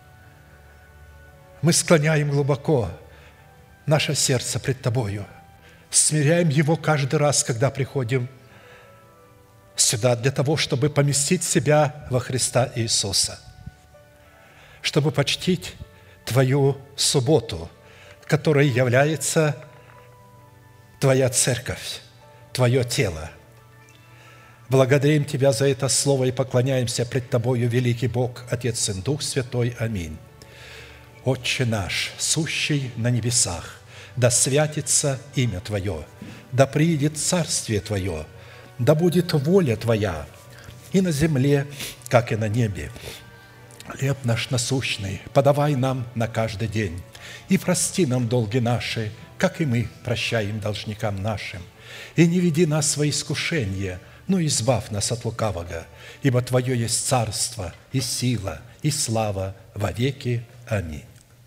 мы склоняем глубоко наше сердце пред Тобою, смиряем его каждый раз, когда приходим сюда, для того, чтобы поместить себя во Христа Иисуса, чтобы почтить Твою субботу, которая является Твоя церковь, Твое тело. Благодарим Тебя за это слово и поклоняемся пред Тобою, великий Бог, Отец, Сын, Дух Святой. Аминь. Отче наш, сущий на небесах, да святится имя Твое, да приидет царствие Твое, да будет воля Твоя и на земле, как и на небе. Хлеб наш насущный подавай нам на каждый день, и прости нам долги наши, как и мы прощаем должникам нашим. И не веди нас во искушение, но избавь нас от лукавого, ибо Твое есть царство и сила и слава во веки. Аминь.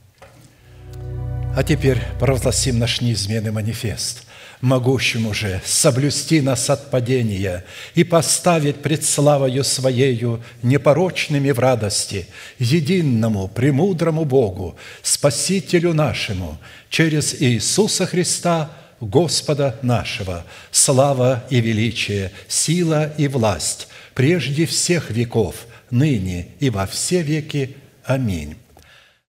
А теперь провозгласим наш неизменный манифест. Могущему же соблюсти нас от падения и поставить пред славою Своею непорочными в радости, единому, премудрому Богу, Спасителю нашему, через Иисуса Христа, Господа нашего, слава и величие, сила и власть, прежде всех веков, ныне и во все веки. Аминь.